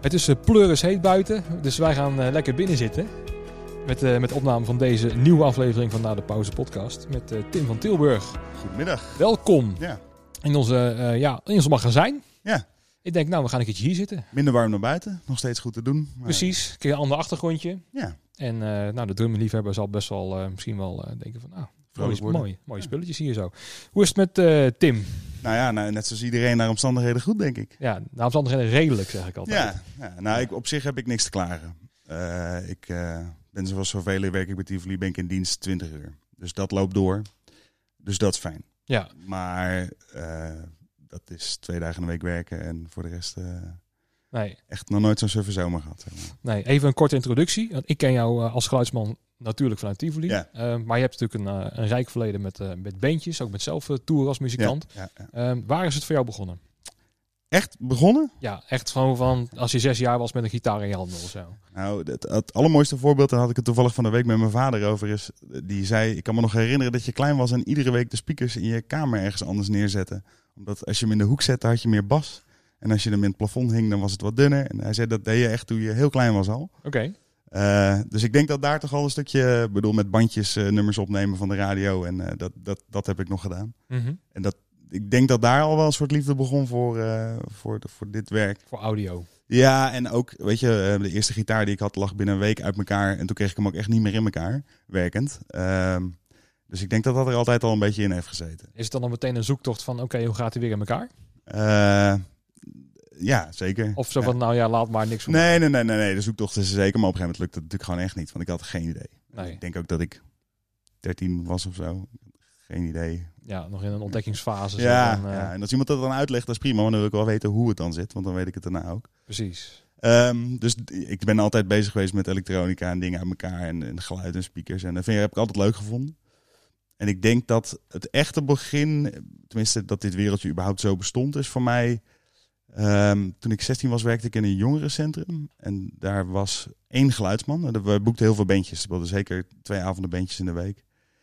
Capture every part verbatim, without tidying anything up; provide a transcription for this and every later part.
Het is uh, pleuris heet buiten, dus wij gaan uh, lekker binnen zitten. Met, uh, met de opname van deze nieuwe aflevering van Na de Pauze podcast. Met uh, Tim van Tilburg. Goedemiddag. Welkom ja. in, onze, uh, ja, in ons magazijn. Ja. Ik denk, nou, we gaan een keertje hier zitten. Minder warm dan buiten. Nog steeds goed te doen. Maar... Precies. Een keer een ander achtergrondje. Ja. En uh, nou, de drummerliefhebber zal best wel uh, misschien wel uh, denken van... Ah, mooie, mooie, mooie spulletjes hier zo. Hoe is het met uh, Tim? Nou ja, nou, net zoals iedereen naar omstandigheden goed, denk ik. Ja, naar omstandigheden redelijk, zeg ik altijd. Ja, ja nou, ik, op zich heb ik niks te klagen. Uh, ik uh, ben zoals zoveel werk ik bij Tivoli, ben ik in dienst twintig uur. Dus dat loopt door. Dus dat is fijn. Ja. Maar uh, dat is twee dagen in de week werken en voor de rest... Uh, nee. Echt nog nooit zo'n surfer zomer gehad. Zeg maar. Nee, even een korte introductie. Want ik ken jou uh, als geluidsman natuurlijk vanuit Tivoli. Ja. Uh, maar je hebt natuurlijk een, uh, een rijk verleden met, uh, met bandjes. Ook met zelf uh, tour als muzikant. Ja, ja, ja. Uh, waar is het voor jou begonnen? Echt begonnen? Ja, echt gewoon van als je zes jaar was met een gitaar in je handen of zo. Nou, het, het allermooiste voorbeeld, daar had ik het toevallig van de week met mijn vader over, is die zei, ik kan me nog herinneren dat je klein was en iedere week de speakers in je kamer ergens anders neerzetten. Omdat als je hem in de hoek zette, had je meer bas. En als je hem in het plafond hing, dan was het wat dunner. En hij zei, dat deed je echt toen je heel klein was al. Oké. Okay. Uh, dus ik denk dat daar toch al een stukje, ik bedoel met bandjes uh, nummers opnemen van de radio. En uh, dat, dat, dat heb ik nog gedaan. Mm-hmm. En dat, ik denk dat daar al wel een soort liefde begon voor, uh, voor, de, voor dit werk. Voor audio. Ja, en ook, weet je, uh, de eerste gitaar die ik had lag binnen een week uit elkaar. En toen kreeg ik hem ook echt niet meer in elkaar, werkend. Uh, dus ik denk dat dat er altijd al een beetje in heeft gezeten. Is het dan al meteen een zoektocht van, oké, okay, hoe gaat hij weer in elkaar? Uh, Ja, zeker. Of zo ja. van, nou ja, laat maar niks van. Nee, nee, nee, nee, nee, de zoektocht is er zeker. Maar op een gegeven moment lukt het natuurlijk gewoon echt niet. Want ik had geen idee. Nee. Ik denk ook dat ik dertien was of zo. Geen idee. Ja, nog in een ontdekkingsfase. Ja, dan, uh... ja, en als iemand dat dan uitlegt, dat is prima. Want dan wil ik wel weten hoe het dan zit. Want dan weet ik het daarna ook. Precies. Um, dus ik ben altijd bezig geweest met elektronica en dingen uit elkaar. En, en geluid en speakers. En dat vind, heb ik altijd leuk gevonden. En ik denk dat het echte begin, tenminste dat dit wereldje überhaupt zo bestond, is voor mij... Um, toen ik zestien was, werkte ik in een jongerencentrum. En daar was één geluidsman. We boekten heel veel bandjes. We hadden zeker twee avonden bandjes in de week.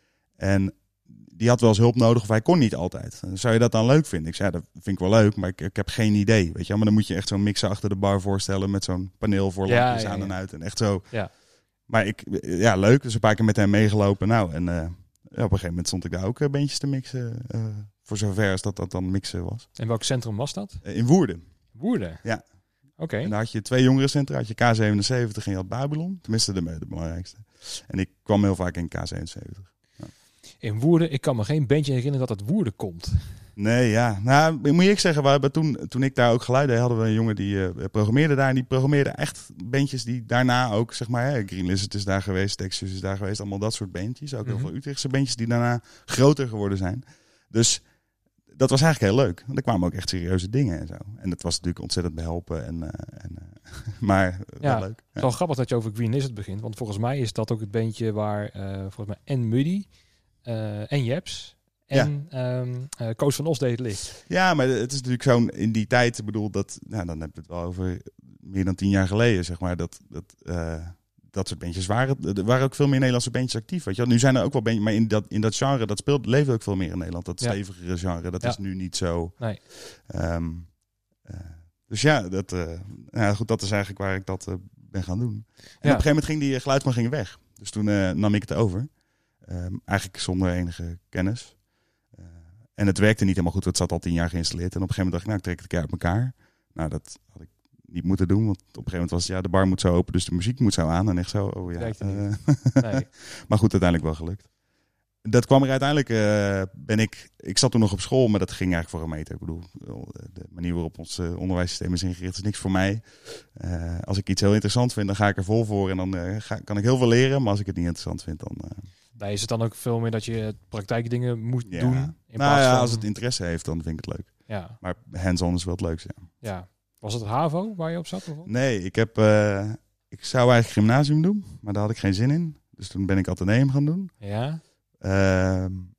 En die had wel eens hulp nodig, of hij kon niet altijd. Zou je dat dan leuk vinden? Ik zei, ja, dat vind ik wel leuk, maar ik, ik heb geen idee. Weet je? Maar dan moet je echt zo'n mixer achter de bar voorstellen met zo'n paneel voor lampjes ja, ja, ja. aan en uit. En echt zo. Ja. Maar ik, ja, leuk. Dus een paar keer met hem meegelopen. Nou, en uh, ja, op een gegeven moment stond ik daar ook uh, bandjes te mixen. Uh, Voor zover als dat, dat dan mixen was. En welk centrum was dat? In Woerden. Woerden? Ja. Oké. Okay. En daar had je twee jongerencentra. Had je K zevenenzeventig en je had Babylon. Tenminste de, de belangrijkste. En ik kwam heel vaak in K zevenenzeventig. Ja. In Woerden, ik kan me geen bandje herinneren dat het Woerden komt. Nee, ja. Nou, moet je ik zeggen, we hebben toen, toen ik daar ook geluid deed, hadden we een jongen die uh, programmeerde daar. En die programmeerde echt bandjes die daarna ook, zeg maar, hè, Green Lizard is daar geweest, Texas is daar geweest. Allemaal dat soort bandjes. Ook mm-hmm. heel veel Utrechtse bandjes die daarna groter geworden zijn. Dus... dat was eigenlijk heel leuk. Want er kwamen ook echt serieuze dingen en zo. En dat was natuurlijk ontzettend behelpen. En, uh, en, uh, maar ja, wel leuk. Het is wel grappig dat je over Green Lizard begint. Want volgens mij is dat ook het bandje waar uh, volgens mij en Muddy uh, en Jeps en ja. um, uh, Koos van Os deed het licht. Ja, maar het is natuurlijk zo'n in die tijd. Ik bedoel, dat, nou, dan heb je het wel over meer dan tien jaar geleden, zeg maar. Dat... dat uh, dat soort bandjes waren. Er waren ook veel meer Nederlandse bandjes actief. Weet je? Nu zijn er ook wel bandjes, maar in dat, in dat genre, dat speelt, leeft ook veel meer in Nederland. Dat ja. stevigere genre, dat ja. is nu niet zo. Nee. Um, uh, dus ja, dat, uh, ja, goed, dat is eigenlijk waar ik dat uh, ben gaan doen. En ja. op een gegeven moment ging die geluidsman ging weg. Dus toen uh, nam ik het over. Um, eigenlijk zonder enige kennis. Uh, en het werkte niet helemaal goed. Het zat al tien jaar geïnstalleerd. En op een gegeven moment dacht ik, nou, ik trek het keer uit elkaar. Nou, dat had ik niet moeten doen, want op een gegeven moment was het, ja, de bar moet zo open, dus de muziek moet zo aan. En echt zo, oh ja. Uh, nee. Maar goed, uiteindelijk wel gelukt. Dat kwam er uiteindelijk, uh, ben ik, ik zat toen nog op school, maar dat ging eigenlijk voor een meter. Ik bedoel, de manier waarop ons uh, onderwijssysteem is ingericht is niks voor mij. Uh, als ik iets heel interessant vind, dan ga ik er vol voor en dan uh, ga, kan ik heel veel leren. Maar als ik het niet interessant vind, dan... Uh... Daar is het dan ook veel meer dat je praktijkdingen moet ja. doen. In nou ja, van... als het interesse heeft, dan vind ik het leuk. Ja. Maar hands-on is wel het leukste, ja. Ja. Was het HAVO waar je op zat? Of? Nee, ik heb, uh, ik zou eigenlijk gymnasium doen, maar daar had ik geen zin in. Dus toen ben ik ateneum gaan doen. Ja. Uh,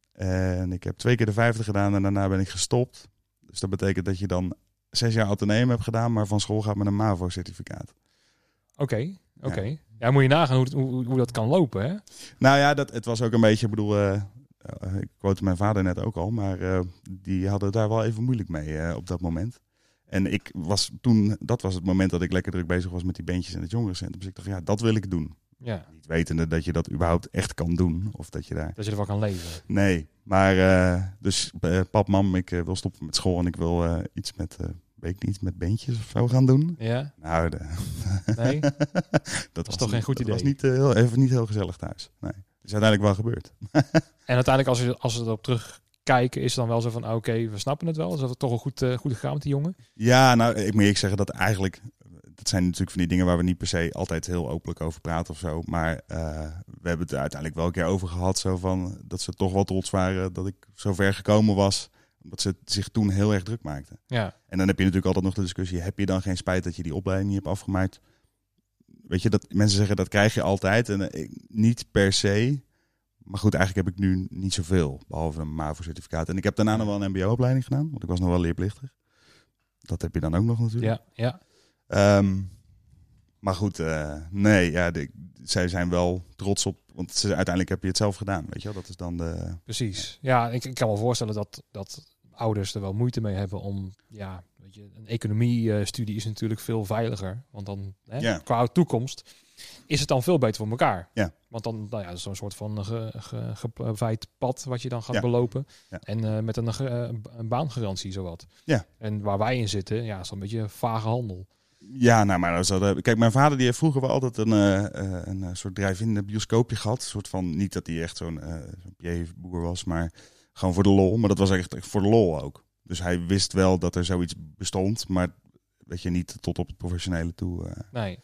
en ik heb twee keer de vijfde gedaan en daarna ben ik gestopt. Dus dat betekent dat je dan zes jaar ateneum hebt gedaan, maar van school gaat met een MAVO-certificaat. Oké, okay, oké. Okay. Ja. ja, moet je nagaan hoe, hoe, hoe dat kan lopen, hè? Nou ja, dat, het was ook een beetje, ik bedoel, uh, uh, ik quote mijn vader net ook al, maar uh, die hadden daar wel even moeilijk mee uh, op dat moment. En ik was toen, dat was het moment dat ik lekker druk bezig was met die bandjes en het jongerencentrum. Dus ik dacht, ja, dat wil ik doen. Ja. Niet wetende dat je dat überhaupt echt kan doen. Of dat je daar... Dat je ervan kan leven. Nee, maar uh, dus uh, pap, mam, ik uh, wil stoppen met school en ik wil uh, iets met, uh, weet ik niet, met bandjes of zo gaan doen. Ja? Nou, de... nee? dat, dat was toch geen goed idee? Dat was niet, uh, heel, even niet heel gezellig thuis. Nee. Dus uiteindelijk wel gebeurd. En uiteindelijk, als we, als we erop terugkijken, is het dan wel zo van, oké, okay, we snappen het wel. Is dat toch een goed, uh, goed gegaan met die jongen? Ja, nou, ik moet eerlijk zeggen dat eigenlijk... Dat zijn natuurlijk van die dingen waar we niet per se altijd heel openlijk over praten of zo. Maar uh, we hebben het er uiteindelijk wel een keer over gehad. Zo van, dat ze toch wel trots waren dat ik zo ver gekomen was. Omdat ze zich toen heel erg druk maakten. Ja. En dan heb je natuurlijk altijd nog de discussie. Heb je dan geen spijt dat je die opleiding niet hebt afgemaakt? Weet je, dat mensen zeggen dat krijg je altijd. En uh, niet per se. Maar goed, eigenlijk heb ik nu niet zoveel. Behalve een MAVO-certificaat. En ik heb daarna nog wel een M B O-opleiding gedaan. Want ik was nog wel leerplichtig. Dat heb je dan ook nog natuurlijk. Ja, ja. Um, maar goed, uh, nee, ja, de, zij zijn wel trots op, want ze, uiteindelijk heb je het zelf gedaan, weet je wel, dat is dan de... Precies, ja, ik, ik kan me voorstellen dat, dat ouders er wel moeite mee hebben om, ja, weet je, een economie-studie is natuurlijk veel veiliger, want dan, hè, ja. qua toekomst, is het dan veel beter voor elkaar. Ja. Want dan, nou ja, dat is zo'n soort van ge, ge, gewijd pad wat je dan gaat ja. belopen. Ja. En uh, met een, uh, een baangarantie, zowat. Ja. En waar wij in zitten, ja, is dan een beetje vage handel. Ja, nou, maar dat is, kijk, mijn vader die heeft vroeger wel altijd een, uh, een, een soort drive-in bioscoopje gehad. Een soort van, niet dat hij echt zo'n uh, zo'n P A-boer was, maar gewoon voor de lol. Maar dat was echt voor de lol ook. Dus hij wist wel dat er zoiets bestond, maar weet je, niet tot op het professionele toe. Uh, nee.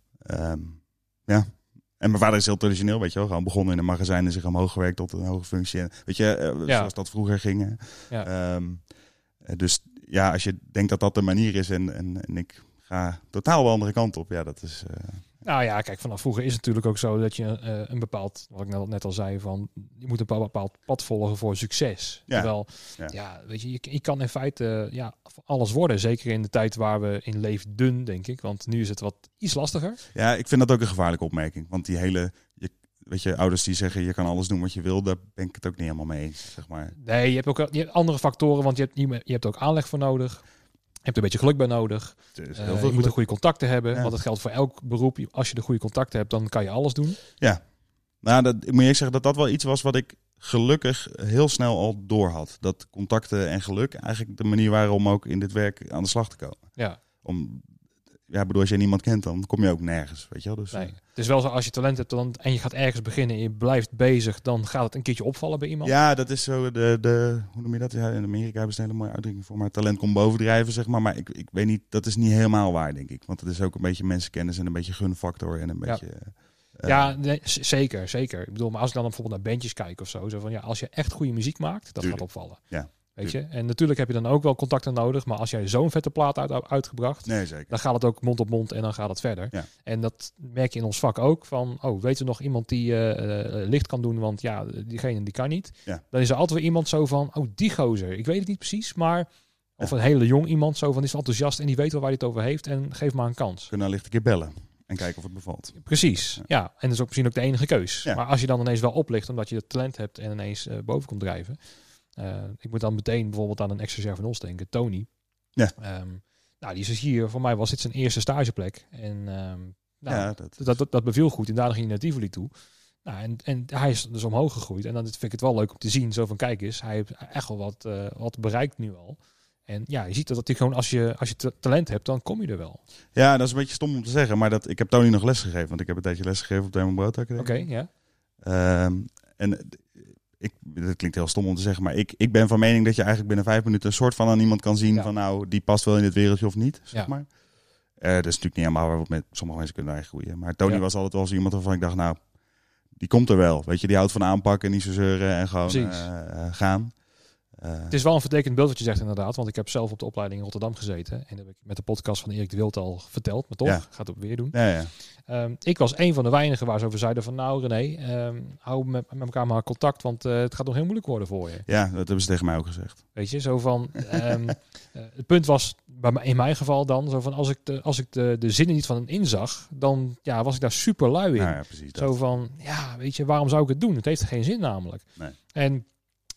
Um, ja. En mijn vader is heel traditioneel, weet je wel. Gewoon begonnen in een magazijn en zich omhoog gewerkt tot een hoge functie. En, weet je, uh, ja. zoals dat vroeger ging. Ja. Um, uh, dus ja, als je denkt dat dat de manier is en, en, en ik ga totaal de andere kant op. Ja, dat is... Uh, nou ja, kijk, vanaf vroeger is het natuurlijk ook zo dat je uh, een bepaald, wat ik net, net al zei, van je moet een bepaald pad volgen voor succes. Ja. Terwijl, ja. ja, weet je, je, je kan in feite uh, ja, alles worden. Zeker in de tijd waar we in leefden, denk ik. Want nu is het wat iets lastiger. Ja, ik vind dat ook een gevaarlijke opmerking. Want die hele... Je, weet je, ouders die zeggen je kan alles doen wat je wil, daar ben ik het ook niet helemaal mee eens, zeg maar. Nee, je hebt ook je hebt andere factoren, want je hebt, je hebt ook aanleg voor nodig. Je hebt een beetje geluk bij nodig. Dus heel uh, veel je moet de goede contacten hebben. Ja. Want dat geldt voor elk beroep. Als je de goede contacten hebt, dan kan je alles doen. Ja. Nou, dat, ik moet je zeggen dat dat wel iets was wat ik gelukkig heel snel al door had. Dat contacten en geluk eigenlijk de manier waren om ook in dit werk aan de slag te komen. Ja. Om, ja, bedoel, als je niemand kent, dan kom je ook nergens, weet je wel. Dus, nee. Het is wel zo, als je talent hebt dan, en je gaat ergens beginnen en je blijft bezig, dan gaat het een keertje opvallen bij iemand. Ja, dat is zo de, de hoe noem je dat? Ja, in Amerika hebben ze een hele mooie uitdrukking voor, maar talent komt bovendrijven, zeg maar. Maar ik, ik weet niet, dat is niet helemaal waar, denk ik. Want het is ook een beetje mensenkennis en een beetje gunfactor en een ja. beetje... Uh, ja, nee, z- zeker, zeker. Ik bedoel, maar als ik dan bijvoorbeeld naar bandjes kijk of zo, zo van ja, als je echt goede muziek maakt, dat tuurlijk. gaat opvallen. Ja. Weet je? En natuurlijk heb je dan ook wel contacten nodig. Maar als jij zo'n vette plaat uit, uitgebracht, nee, zeker. dan gaat het ook mond op mond en dan gaat het verder. Ja. En dat merk je in ons vak ook. Van, oh, weet er nog iemand die uh, uh, licht kan doen? Want ja, diegene die kan niet. Ja. Dan is er altijd weer iemand zo van, oh, die gozer. Ik weet het niet precies, maar... Of ja. een hele jong iemand zo van, is enthousiast en die weet wel waar hij het over heeft. En geef maar een kans. Kunnen licht een keer bellen. En kijken of het bevalt. Precies, ja. ja. En dat is ook misschien ook de enige keus. Ja. Maar als je dan ineens wel oplicht, omdat je het talent hebt en ineens uh, boven komt drijven... Uh, ik moet dan meteen bijvoorbeeld aan een ex-stagiair van ons denken, Tony. Ja. Um, nou, die is dus hier. Voor mij was dit zijn eerste stageplek. En um, nou, ja, dat, dat, dat, dat beviel goed. En daarna ging hij naar Tivoli toe. Nou, en, en hij is dus omhoog gegroeid. En dan vind ik het wel leuk om te zien. Zo van, kijk eens, hij heeft echt wel wat, uh, wat bereikt nu al. En ja, je ziet dat hij gewoon, als je, als je talent hebt, dan kom je er wel. Ja, dat is een beetje stom om te zeggen. Maar dat, ik heb Tony nog les gegeven. Want ik heb een tijdje les gegeven op de Herman Brood Academie. Oké, okay, ja. Um, en... Ik, dat klinkt heel stom om te zeggen, maar ik, ik ben van mening dat je eigenlijk binnen vijf minuten een soort van aan iemand kan zien ja. van nou, die past wel in dit wereldje of niet, zeg ja. maar. Uh, dat is natuurlijk niet helemaal waar we met sommige mensen kunnen daar groeien. Maar Tony ja. was altijd wel zo iemand waarvan ik dacht, nou, die komt er wel. Weet je, die houdt van aanpakken, niet zo zeuren en gewoon uh, uh, gaan. Uh, het is wel een vertekend beeld wat je zegt inderdaad, want ik heb zelf op de opleiding in Rotterdam gezeten en dat heb ik met de podcast van Erik de Wild al verteld, maar toch, ja. gaat het ook weer doen. Ja, ja. Um, ik was een van de weinigen waar ze over zeiden van nou René, um, hou met, met elkaar maar contact, want uh, het gaat nog heel moeilijk worden voor je. Ja, dat hebben ze tegen mij ook gezegd. Weet je, zo van, um, uh, het punt was bij mij, in mijn geval dan, zo van als ik de, als ik de, de zinnen niet van hem inzag, dan ja, was ik daar super lui in. Nou ja, precies zo dat. van, ja, weet je, waarom zou ik het doen? Het heeft geen zin namelijk. Nee. En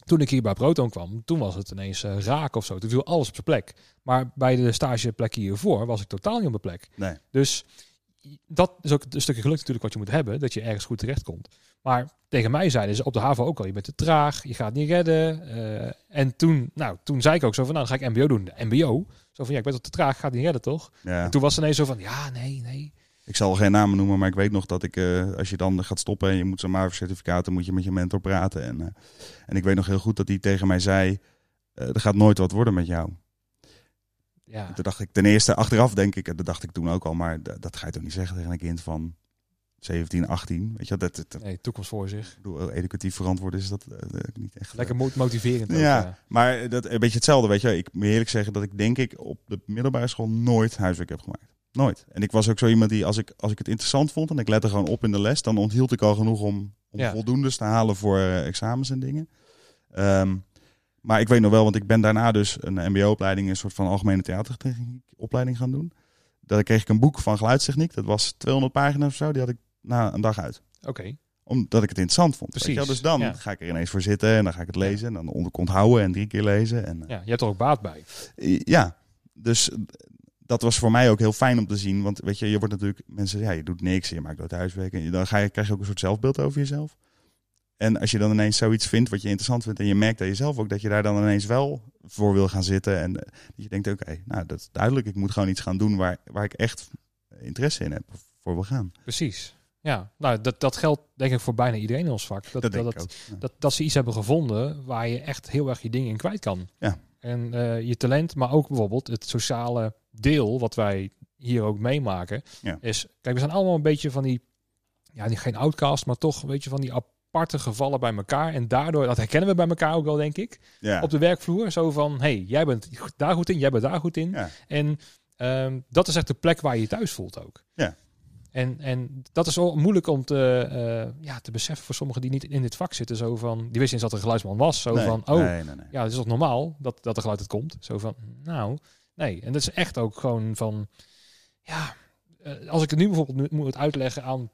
Toen ik hier bij Proton kwam, toen was het ineens uh, raak of zo. Toen viel alles op zijn plek. Maar bij de stageplek hiervoor was ik totaal niet op de plek. Nee. Dus dat is ook een stukje geluk natuurlijk wat je moet hebben, dat je ergens goed terechtkomt. Maar tegen mij zeiden ze op de haven ook al, je bent te traag, je gaat niet redden. Uh, en toen, nou, toen zei ik ook zo van, nou, dan ga ik M B O doen. De M B O? Zo van, ja, ik ben toch te traag, gaat niet redden, toch? Ja. En toen was het ineens zo van, ja, nee, nee. Ik zal geen namen noemen, maar ik weet nog dat ik, uh, als je dan gaat stoppen en je moet zo'n MAVE-certificaat, dan moet je met je mentor praten. En, uh, en ik weet nog heel goed dat hij tegen mij zei, uh, er gaat nooit wat worden met jou. Ja. Toen dacht ik, ten eerste, achteraf denk ik, dat dacht ik toen ook al, maar d- dat ga je toch niet zeggen tegen een kind van zeventien, achttien. Weet je, dat, dat, dat nee, toekomst voor zich. Ik bedoel, educatief verantwoord is dat uh, niet echt. Lekker motiverend. Ook, ja, ja, maar dat een beetje hetzelfde, weet je. Ik moet eerlijk zeggen dat ik denk ik op de middelbare school nooit huiswerk heb gemaakt. Nooit. En ik was ook zo iemand die, als ik, als ik het interessant vond en ik lette gewoon op in de les, dan onthield ik al genoeg om, om ja. voldoendes te halen voor uh, examens en dingen. Um, maar ik weet nog wel, want ik ben daarna dus een M B O-opleiding, een soort van algemene theatertechniek opleiding gaan doen. Daar kreeg ik een boek van geluidstechniek. Dat was tweehonderd pagina's of zo. Die had ik na een dag uit. Oké. Okay. Omdat ik het interessant vond. Precies. Weet je? Dus dan ja. ga ik er ineens voor zitten en dan ga ik het lezen. En dan onthouden en drie keer lezen. En, ja, je hebt er ook baat bij. Ja, dus dat was voor mij ook heel fijn om te zien. Want weet je, je wordt natuurlijk mensen, ja, je doet niks, je maakt nooit huiswerk. En dan ga je, krijg je ook een soort zelfbeeld over jezelf. En als je dan ineens zoiets vindt wat je interessant vindt en je merkt aan jezelf ook dat je daar dan ineens wel voor wil gaan zitten. En dat je denkt, oké, okay, nou dat is duidelijk. Ik moet gewoon iets gaan doen waar, waar ik echt interesse in heb, voor wil gaan. Precies. Ja, nou dat, dat geldt denk ik voor bijna iedereen in ons vak. Dat, dat, dat, dat, dat, ja. dat, dat ze iets hebben gevonden waar je echt heel erg je dingen in kwijt kan. Ja. En uh, je talent, maar ook bijvoorbeeld het sociale deel wat wij hier ook meemaken. Ja. Is, kijk, we zijn allemaal een beetje van die, ja, geen outcast, maar toch een beetje van die aparte gevallen bij elkaar. En daardoor, dat herkennen we bij elkaar ook wel, denk ik. Ja. Op de werkvloer. Zo van, hey, jij bent daar goed in, jij bent daar goed in. Ja. En um, dat is echt de plek waar je je thuis voelt ook. Ja. En, en dat is wel moeilijk om te, uh, ja, te beseffen voor sommigen die niet in dit vak zitten. Zo van, die wisten eens dat er een geluidsman was. Zo nee, van, oh, nee, nee, nee. ja, het is toch normaal dat, dat er geluid het komt. Zo van, nou, nee. En dat is echt ook gewoon van, ja, uh, als ik het nu bijvoorbeeld moet uitleggen aan,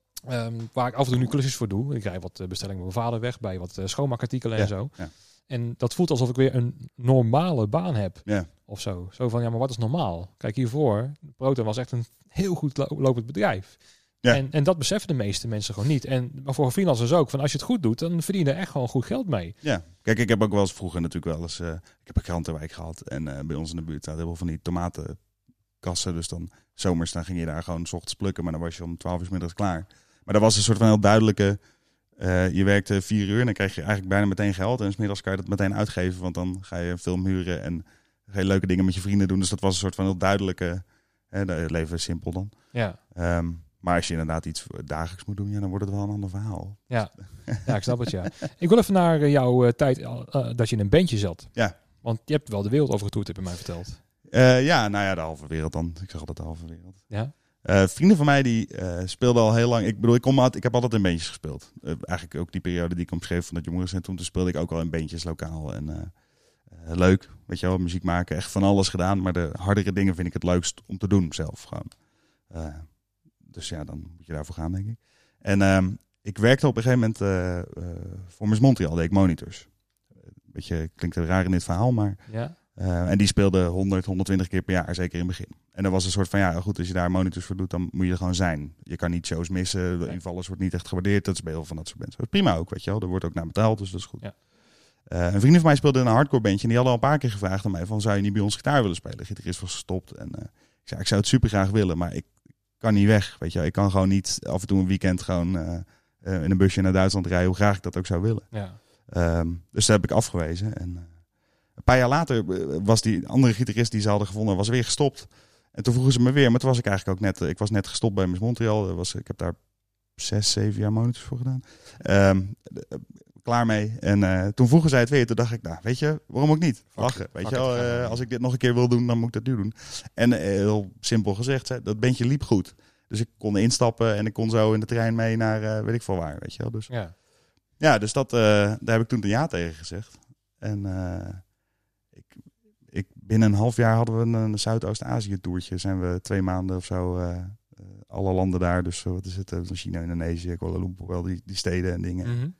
um, waar ik af en toe nu klusjes voor doe. Ik krijg wat bestellingen met mijn vader weg bij wat uh, schoonmaakartikelen ja, en zo. Ja. En dat voelt alsof ik weer een normale baan heb. Ja. Of zo. Zo van, ja, maar wat is normaal? Kijk, hiervoor, Proton was echt een heel goed lo- lopend bedrijf. Ja. En, en dat beseffen de meeste mensen gewoon niet. En maar voor freelancers ook. Van als je het goed doet, dan verdien je er echt gewoon goed geld mee. Ja, kijk, ik heb ook wel eens vroeger natuurlijk wel eens... Uh, ik heb een krantenwijk gehad. En uh, bij ons in de buurt staat heel veel van die tomatenkassen. Dus dan zomers, dan ging je daar gewoon 's ochtends plukken. Maar dan was je om twaalf uur 's middags klaar. Maar dat was een soort van heel duidelijke... Uh, je werkte vier uur en dan krijg je eigenlijk bijna meteen geld. En 's middags kan je dat meteen uitgeven. Want dan ga je een film huren en ga je leuke dingen met je vrienden doen. Dus dat was een soort van heel duidelijke... Hè, het leven is simpel dan. Ja. Um, Maar als je inderdaad iets dagelijks moet doen, ja, dan wordt het wel een ander verhaal. Ja, ja ik snap het, ja. Ik wil even naar jouw uh, tijd uh, dat je in een bandje zat. Ja. Want je hebt wel de wereld over getoerd, heb je mij verteld. Uh, ja, nou ja, de halve wereld dan. Ik zeg altijd de halve wereld. Ja. Uh, vrienden van mij die uh, speelden al heel lang. Ik bedoel, ik, kom uit, ik heb altijd in bandjes gespeeld. Uh, eigenlijk ook die periode die ik omschreef van het jongerencentrum. Toen speelde ik ook al in bandjes lokaal. En uh, uh, leuk, weet je wel, muziek maken. Echt van alles gedaan. Maar de hardere dingen vind ik het leukst om te doen zelf gewoon. Uh, Dus ja, dan moet je daarvoor gaan, denk ik. En uh, ik werkte op een gegeven moment uh, uh, voor Miss Montreal, deed ik monitors. Beetje klinkt het raar in dit verhaal, maar... Ja. Uh, en die speelde honderd, honderdtwintig keer per jaar, zeker in het begin. En dan was een soort van, ja goed, als je daar monitors voor doet, dan moet je er gewoon zijn. Je kan niet shows missen, de invallers wordt niet echt gewaardeerd. Dat is bij heel veel van dat soort mensen. Dat is prima ook, weet je wel. Er wordt ook naar betaald, dus dat is goed. Ja. Uh, een vriend van mij speelde in een hardcore bandje en die hadden al een paar keer gevraagd aan mij van, zou je niet bij ons gitaar willen spelen? De gitarist was gestopt en uh, ik zei, ik zou het super graag willen, maar ik kan niet weg, weet je wel. Ik kan gewoon niet af en toe een weekend gewoon uh, uh, in een busje naar Duitsland rijden, hoe graag ik dat ook zou willen. Ja. Um, dus dat heb ik afgewezen. En uh, een paar jaar later was die andere gitarist die ze hadden gevonden, was weer gestopt. En toen vroegen ze me weer, maar toen was ik eigenlijk ook net, ik was net gestopt bij Miss Montreal. Was, ik heb daar zes, zeven jaar monitors voor gedaan. Um, klaar mee. En uh, toen vroegen zij het weer. Toen dacht ik, nou, weet je, waarom ook niet? Lachen. Weet je wel, uh, als ik dit nog een keer wil doen, dan moet ik dat nu doen. En uh, heel simpel gezegd, dat bandje liep goed. Dus ik kon instappen en ik kon zo in de trein mee naar uh, weet ik veel waar, weet je wel. Dus ja, ja dus dat, uh, daar heb ik toen een ja tegen gezegd. En uh, ik, ik, binnen een half jaar hadden we een, een Zuidoost-Azië-toertje. Zijn we twee maanden of zo, uh, uh, alle landen daar. Dus uh, wat is het, uh, China, Indonesië, Kuala Lumpur, wel die, die steden en dingen. Mm-hmm.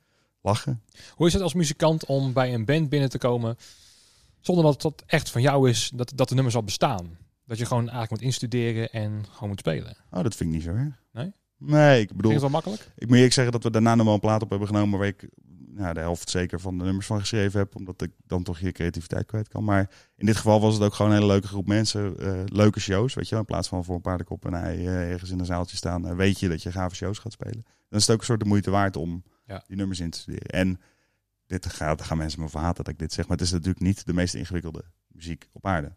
lachen. Hoe is het als muzikant om bij een band binnen te komen zonder dat het echt van jou is, dat, dat de nummers al bestaan? Dat je gewoon eigenlijk moet instuderen en gewoon moet spelen. Oh, dat vind ik niet zo erg. Nee? Nee, ik bedoel... Vind je het wel makkelijk? Ik moet eerlijk zeggen dat we daarna nog wel een plaat op hebben genomen waar ik nou, de helft zeker van de nummers van geschreven heb, omdat ik dan toch je creativiteit kwijt kan. Maar in dit geval was het ook gewoon een hele leuke groep mensen. Uh, leuke shows, weet je wel. In plaats van voor een paardenkop en ei uh, ergens in een zaaltje staan, uh, weet je dat je gave shows gaat spelen. Dan is het ook een soort de moeite waard om ja. die nummers in te studeren. En dit gaat, gaan mensen me verhaten dat ik dit zeg, maar het is natuurlijk niet de meest ingewikkelde muziek op aarde.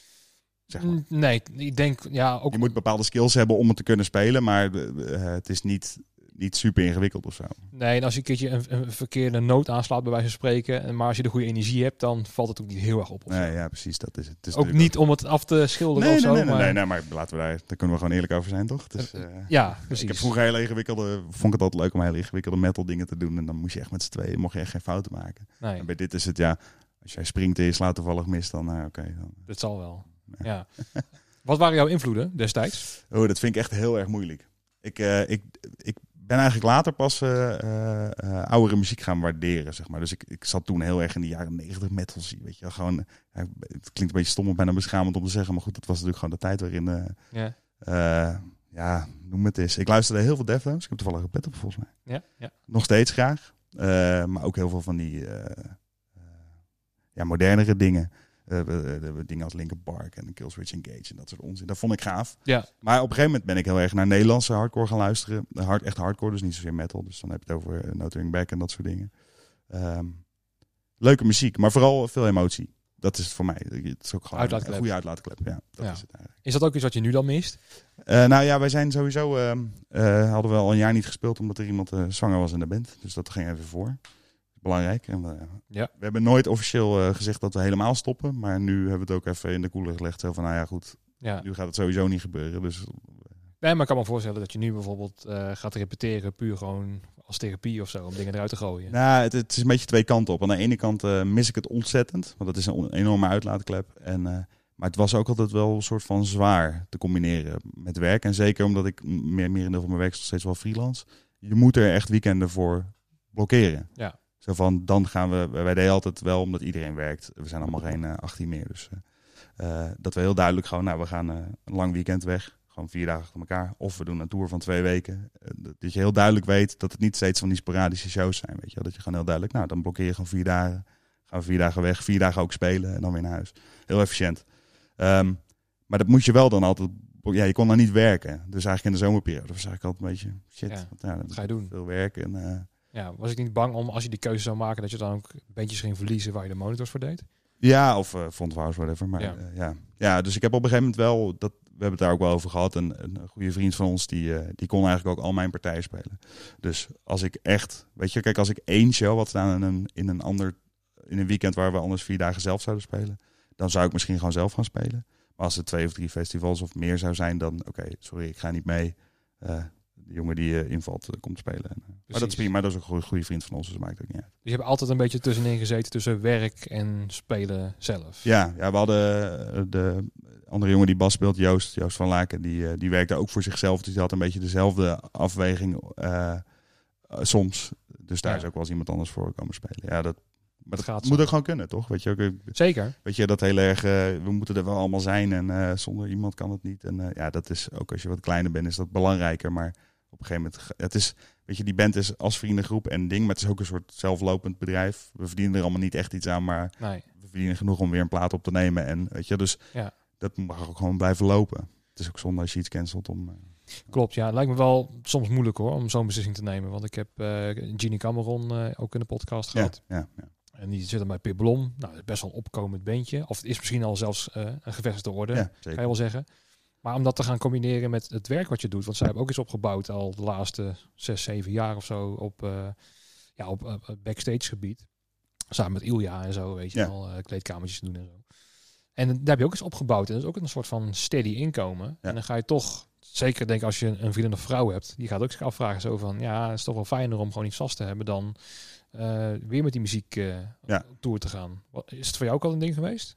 Zeg maar. Nee, ik denk... ja ook. Je moet bepaalde skills hebben om het te kunnen spelen, maar uh, het is niet, niet super ingewikkeld of zo. Nee, en als je een keertje een, een verkeerde noot aanslaat, bij wijze van spreken, maar als je de goede energie hebt, dan valt het ook niet heel erg op. Of nee, zo. ja, precies. Dat is het. het is ook niet ook... om het af te schilderen nee, of zo. Nee, nee, maar... nee, nee, maar laten we daar, daar kunnen we gewoon eerlijk over zijn, toch? Dus, uh, ja, precies. Ik heb vroeger hele ingewikkelde, vond ik het altijd leuk om hele ingewikkelde metal dingen te doen. En dan moest je echt met z'n tweeën, mocht je echt geen fouten maken. Nee. En bij dit is het, ja, als jij springt en je slaat toevallig mis, dan uh, oké. Okay, dan... Dat zal wel, ja. ja. Wat waren jouw invloeden destijds? Oh, dat vind ik echt heel erg moeilijk. Ik, uh, ik, ik ben eigenlijk later pas uh, uh, uh, oudere muziek gaan waarderen, zeg maar. Dus ik, ik zat toen heel erg in de jaren negentig metal zien, weet je. Gewoon, uh, het klinkt een beetje stom of bijna beschamend om te zeggen, maar goed, dat was natuurlijk gewoon de tijd waarin, uh, yeah. uh, ja, noem het eens. Ik luisterde heel veel Deftones. Ik heb toevallig een pet op, volgens mij. Ja, ja. Nog steeds graag. Uh, maar ook heel veel van die uh, uh, ja, modernere dingen. Uh, uh, uh, dingen als Linkin Park en Killswitch Engage en dat soort onzin. Dat vond ik gaaf. Ja. Maar op een gegeven moment ben ik heel erg naar Nederlandse hardcore gaan luisteren. Hard, echt hardcore, dus niet zozeer metal. Dus dan heb je het over uh, No Turning Back en dat soort dingen. Um, leuke muziek, maar vooral veel emotie. Dat is het voor mij. Het is ook gewoon een goede uitlaatklep. Ja, dat ja. is het eigenlijk. Is dat ook iets wat je nu dan mist? Uh, nou ja, wij zijn sowieso... Uh, uh, hadden we al een jaar niet gespeeld omdat er iemand uh, zwanger was in de band. Dus dat ging even voor. Belangrijk. En we, ja. we hebben nooit officieel uh, gezegd dat we helemaal stoppen. Maar nu hebben we het ook even in de koeler gelegd. Zo van, nou ja, goed. Ja. Nu gaat het sowieso niet gebeuren. Dus... Nee, maar ik kan me voorstellen dat je nu bijvoorbeeld uh, gaat repeteren. Puur gewoon als therapie of zo. Om dingen eruit te gooien. Nou, het, het is een beetje twee kanten op. Aan de ene kant uh, mis ik het ontzettend. Want dat is een enorme uitlaatklep. En, uh, maar het was ook altijd wel een soort van zwaar te combineren met werk. En zeker omdat ik meer, meer in deel van mijn werk nog steeds wel freelance. Je moet er echt weekenden voor blokkeren. Ja. Zo van, dan gaan we... Wij deden altijd wel, omdat iedereen werkt. We zijn allemaal geen uh, achttien meer. Dus uh, dat we heel duidelijk gewoon... Nou, we gaan uh, een lang weekend weg. Gewoon vier dagen achter elkaar. Of we doen een tour van twee weken. Uh, dat je heel duidelijk weet dat het niet steeds van die sporadische shows zijn. Weet je? Dat je gewoon heel duidelijk... Nou, dan blokkeer je gewoon vier dagen. Gaan we vier dagen weg. Vier dagen ook spelen. En dan weer naar huis. Heel efficiënt. Um, maar dat moet je wel dan altijd... Ja, je kon dan niet werken. Dus eigenlijk in de zomerperiode was eigenlijk altijd een beetje... Shit, ja, want, ja, wat ga je doen? Veel werk en... Uh, Ja, was ik niet bang om, als je die keuze zou maken, dat je dan ook bandjes ging verliezen waar je de monitors voor deed? Ja, of uh, frontwars, whatever. Maar ja. Uh, ja. ja, dus ik heb op een gegeven moment wel, dat, we hebben het daar ook wel over gehad, een, een goede vriend van ons, die, uh, die kon eigenlijk ook al mijn partijen spelen. Dus als ik echt, weet je, kijk, als ik één show had staan in een, in een ander, in een weekend waar we anders vier dagen zelf zouden spelen, dan zou ik misschien gewoon zelf gaan spelen. Maar als het twee of drie festivals of meer zou zijn, dan oké, okay, sorry, ik ga niet mee. Uh, De jongen die uh, invalt uh, komt spelen. En, uh, maar dat is prima, maar dat is ook een goede vriend van ons, dus dat maakt ook niet uit. Dus je hebt altijd een beetje tussenin gezeten tussen werk en spelen zelf. Ja, ja we hadden uh, de andere jongen die bas speelt, Joost, Joost van Laken, die, uh, die werkte ook voor zichzelf. Dus die had een beetje dezelfde afweging uh, uh, soms. Dus daar ja. is ook wel eens iemand anders voor komen spelen. Ja, dat, maar dat, dat moet ook gewoon kunnen, toch? Weet je, ook, zeker. Weet je, dat heel erg, uh, we moeten er wel allemaal zijn en uh, zonder iemand kan het niet. En uh, ja, dat is ook als je wat kleiner bent, is dat belangrijker, maar op een gegeven moment, het is, weet je, die band is als vriendengroep en ding, maar het is ook een soort zelflopend bedrijf. We verdienen er allemaal niet echt iets aan, maar nee. we verdienen genoeg om weer een plaat op te nemen. En weet je, dus ja. dat mag ook gewoon blijven lopen. Het is ook zonde als je iets cancelt om... Uh, Klopt, ja. Het lijkt me wel soms moeilijk hoor, om zo'n beslissing te nemen. Want ik heb uh, Ginny Cameron uh, ook in de podcast gehad. Ja, ja, ja. En die zit dan bij Pip Blom. Nou, dat is best wel een opkomend bandje. Of het is misschien al zelfs uh, een gevestigde orde, ja, kan je wel zeggen. Maar om dat te gaan combineren met het werk wat je doet. Want zij hebben ook iets opgebouwd al de laatste zes, zeven jaar of zo op, uh, ja, op uh, backstage gebied. Samen met Ilja en zo, weet je ja. wel, uh, kleedkamertjes doen en zo. En daar heb je ook eens opgebouwd. En dat is ook een soort van steady inkomen. Ja. En dan ga je toch, zeker denk als je een vriendin of vrouw hebt, die gaat ook zich afvragen zo van, ja, het is toch wel fijner om gewoon iets vast te hebben dan uh, weer met die muziek uh, ja. op tour te gaan. Wat, is het voor jou ook al een ding geweest?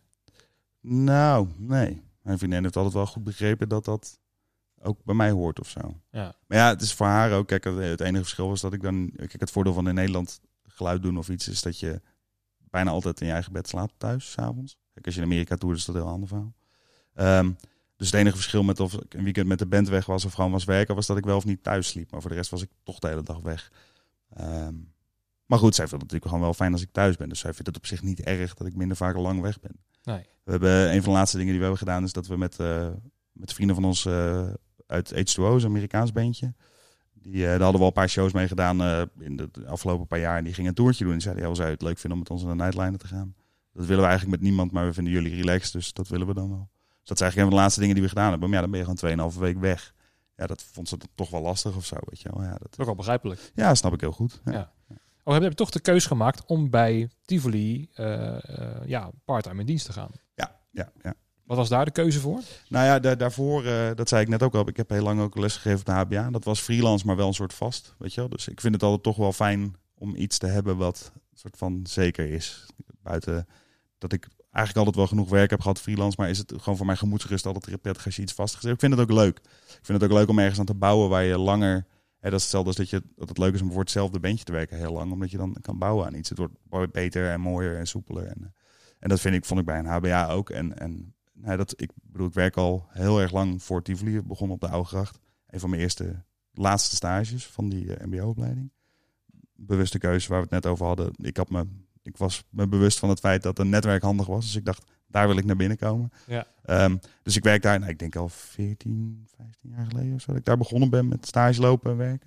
Nou, nee. Mijn vriendin heeft altijd wel goed begrepen dat dat ook bij mij hoort of zo. Ja. Maar ja, het is voor haar ook... Kijk, het enige verschil was dat ik dan... Kijk, het voordeel van in Nederland geluid doen of iets, is dat je bijna altijd in je eigen bed slaapt thuis, 's avonds. Kijk, als je in Amerika toert, is dat een heel ander verhaal. Um, dus het enige verschil met of ik een weekend met de band weg was of gewoon was werken, was dat ik wel of niet thuis sliep. Maar voor de rest was ik toch de hele dag weg. Um, maar goed, zij vindt het natuurlijk gewoon wel fijn als ik thuis ben. Dus zij vindt het op zich niet erg dat ik minder vaak lang weg ben. Nee. We hebben een van de laatste dingen die we hebben gedaan, is dat we met, uh, met vrienden van ons uh, uit H twee O, een Amerikaans bandje. Die, uh, daar hadden we al een paar shows mee gedaan uh, in de, de afgelopen paar jaar. En die gingen een toertje doen. En die zeiden, ja, we zouden het leuk vinden om met ons naar de Nightliner te gaan. Dat willen we eigenlijk met niemand, maar we vinden jullie relaxed. Dus dat willen we dan wel. Dus dat is eigenlijk een van de laatste dingen die we gedaan hebben. Maar ja, dan ben je gewoon tweeënhalve week weg. Ja, dat vond ze toch wel lastig of zo, weet je wel. Ja, dat ook wel begrijpelijk. Ja, snap ik heel goed. Ja. Ja. Oh, heb je toch de keus gemaakt om bij Tivoli uh, uh, ja, part-time in dienst te gaan? Ja, ja, ja. Wat was daar de keuze voor? Nou ja, da- daarvoor, uh, dat zei ik net ook al, ik heb heel lang ook les gegeven op de H B A. Dat was freelance, maar wel een soort vast, weet je wel. Dus ik vind het altijd toch wel fijn om iets te hebben wat een soort van zeker is. Buiten dat ik eigenlijk altijd wel genoeg werk heb gehad freelance, maar is het gewoon voor mijn gemoedsrust altijd prettig als je iets vastgezet. Ik vind het ook leuk. Ik vind het ook leuk om ergens aan te bouwen waar je langer... Hè, dat is hetzelfde als dat, je, dat het leuk is om voor hetzelfde bandje te werken heel lang, omdat je dan kan bouwen aan iets. Het wordt beter en mooier en soepeler. En, en dat vind ik, vond ik bij een H B A ook. En, en nou, dat, ik bedoel, ik werk al heel erg lang voor Tivoli. Ik begon op de Oudegracht. Een van mijn eerste, laatste stages van die uh, M B O-opleiding. Bewuste keuze waar we het net over hadden. Ik, had me, ik was me bewust van het feit dat een netwerk handig was. Dus ik dacht, daar wil ik naar binnen komen. Ja. Um, dus ik werk daar, nou, ik denk al veertien, vijftien jaar geleden of zo. Dat ik daar begonnen ben met stage lopen en werken.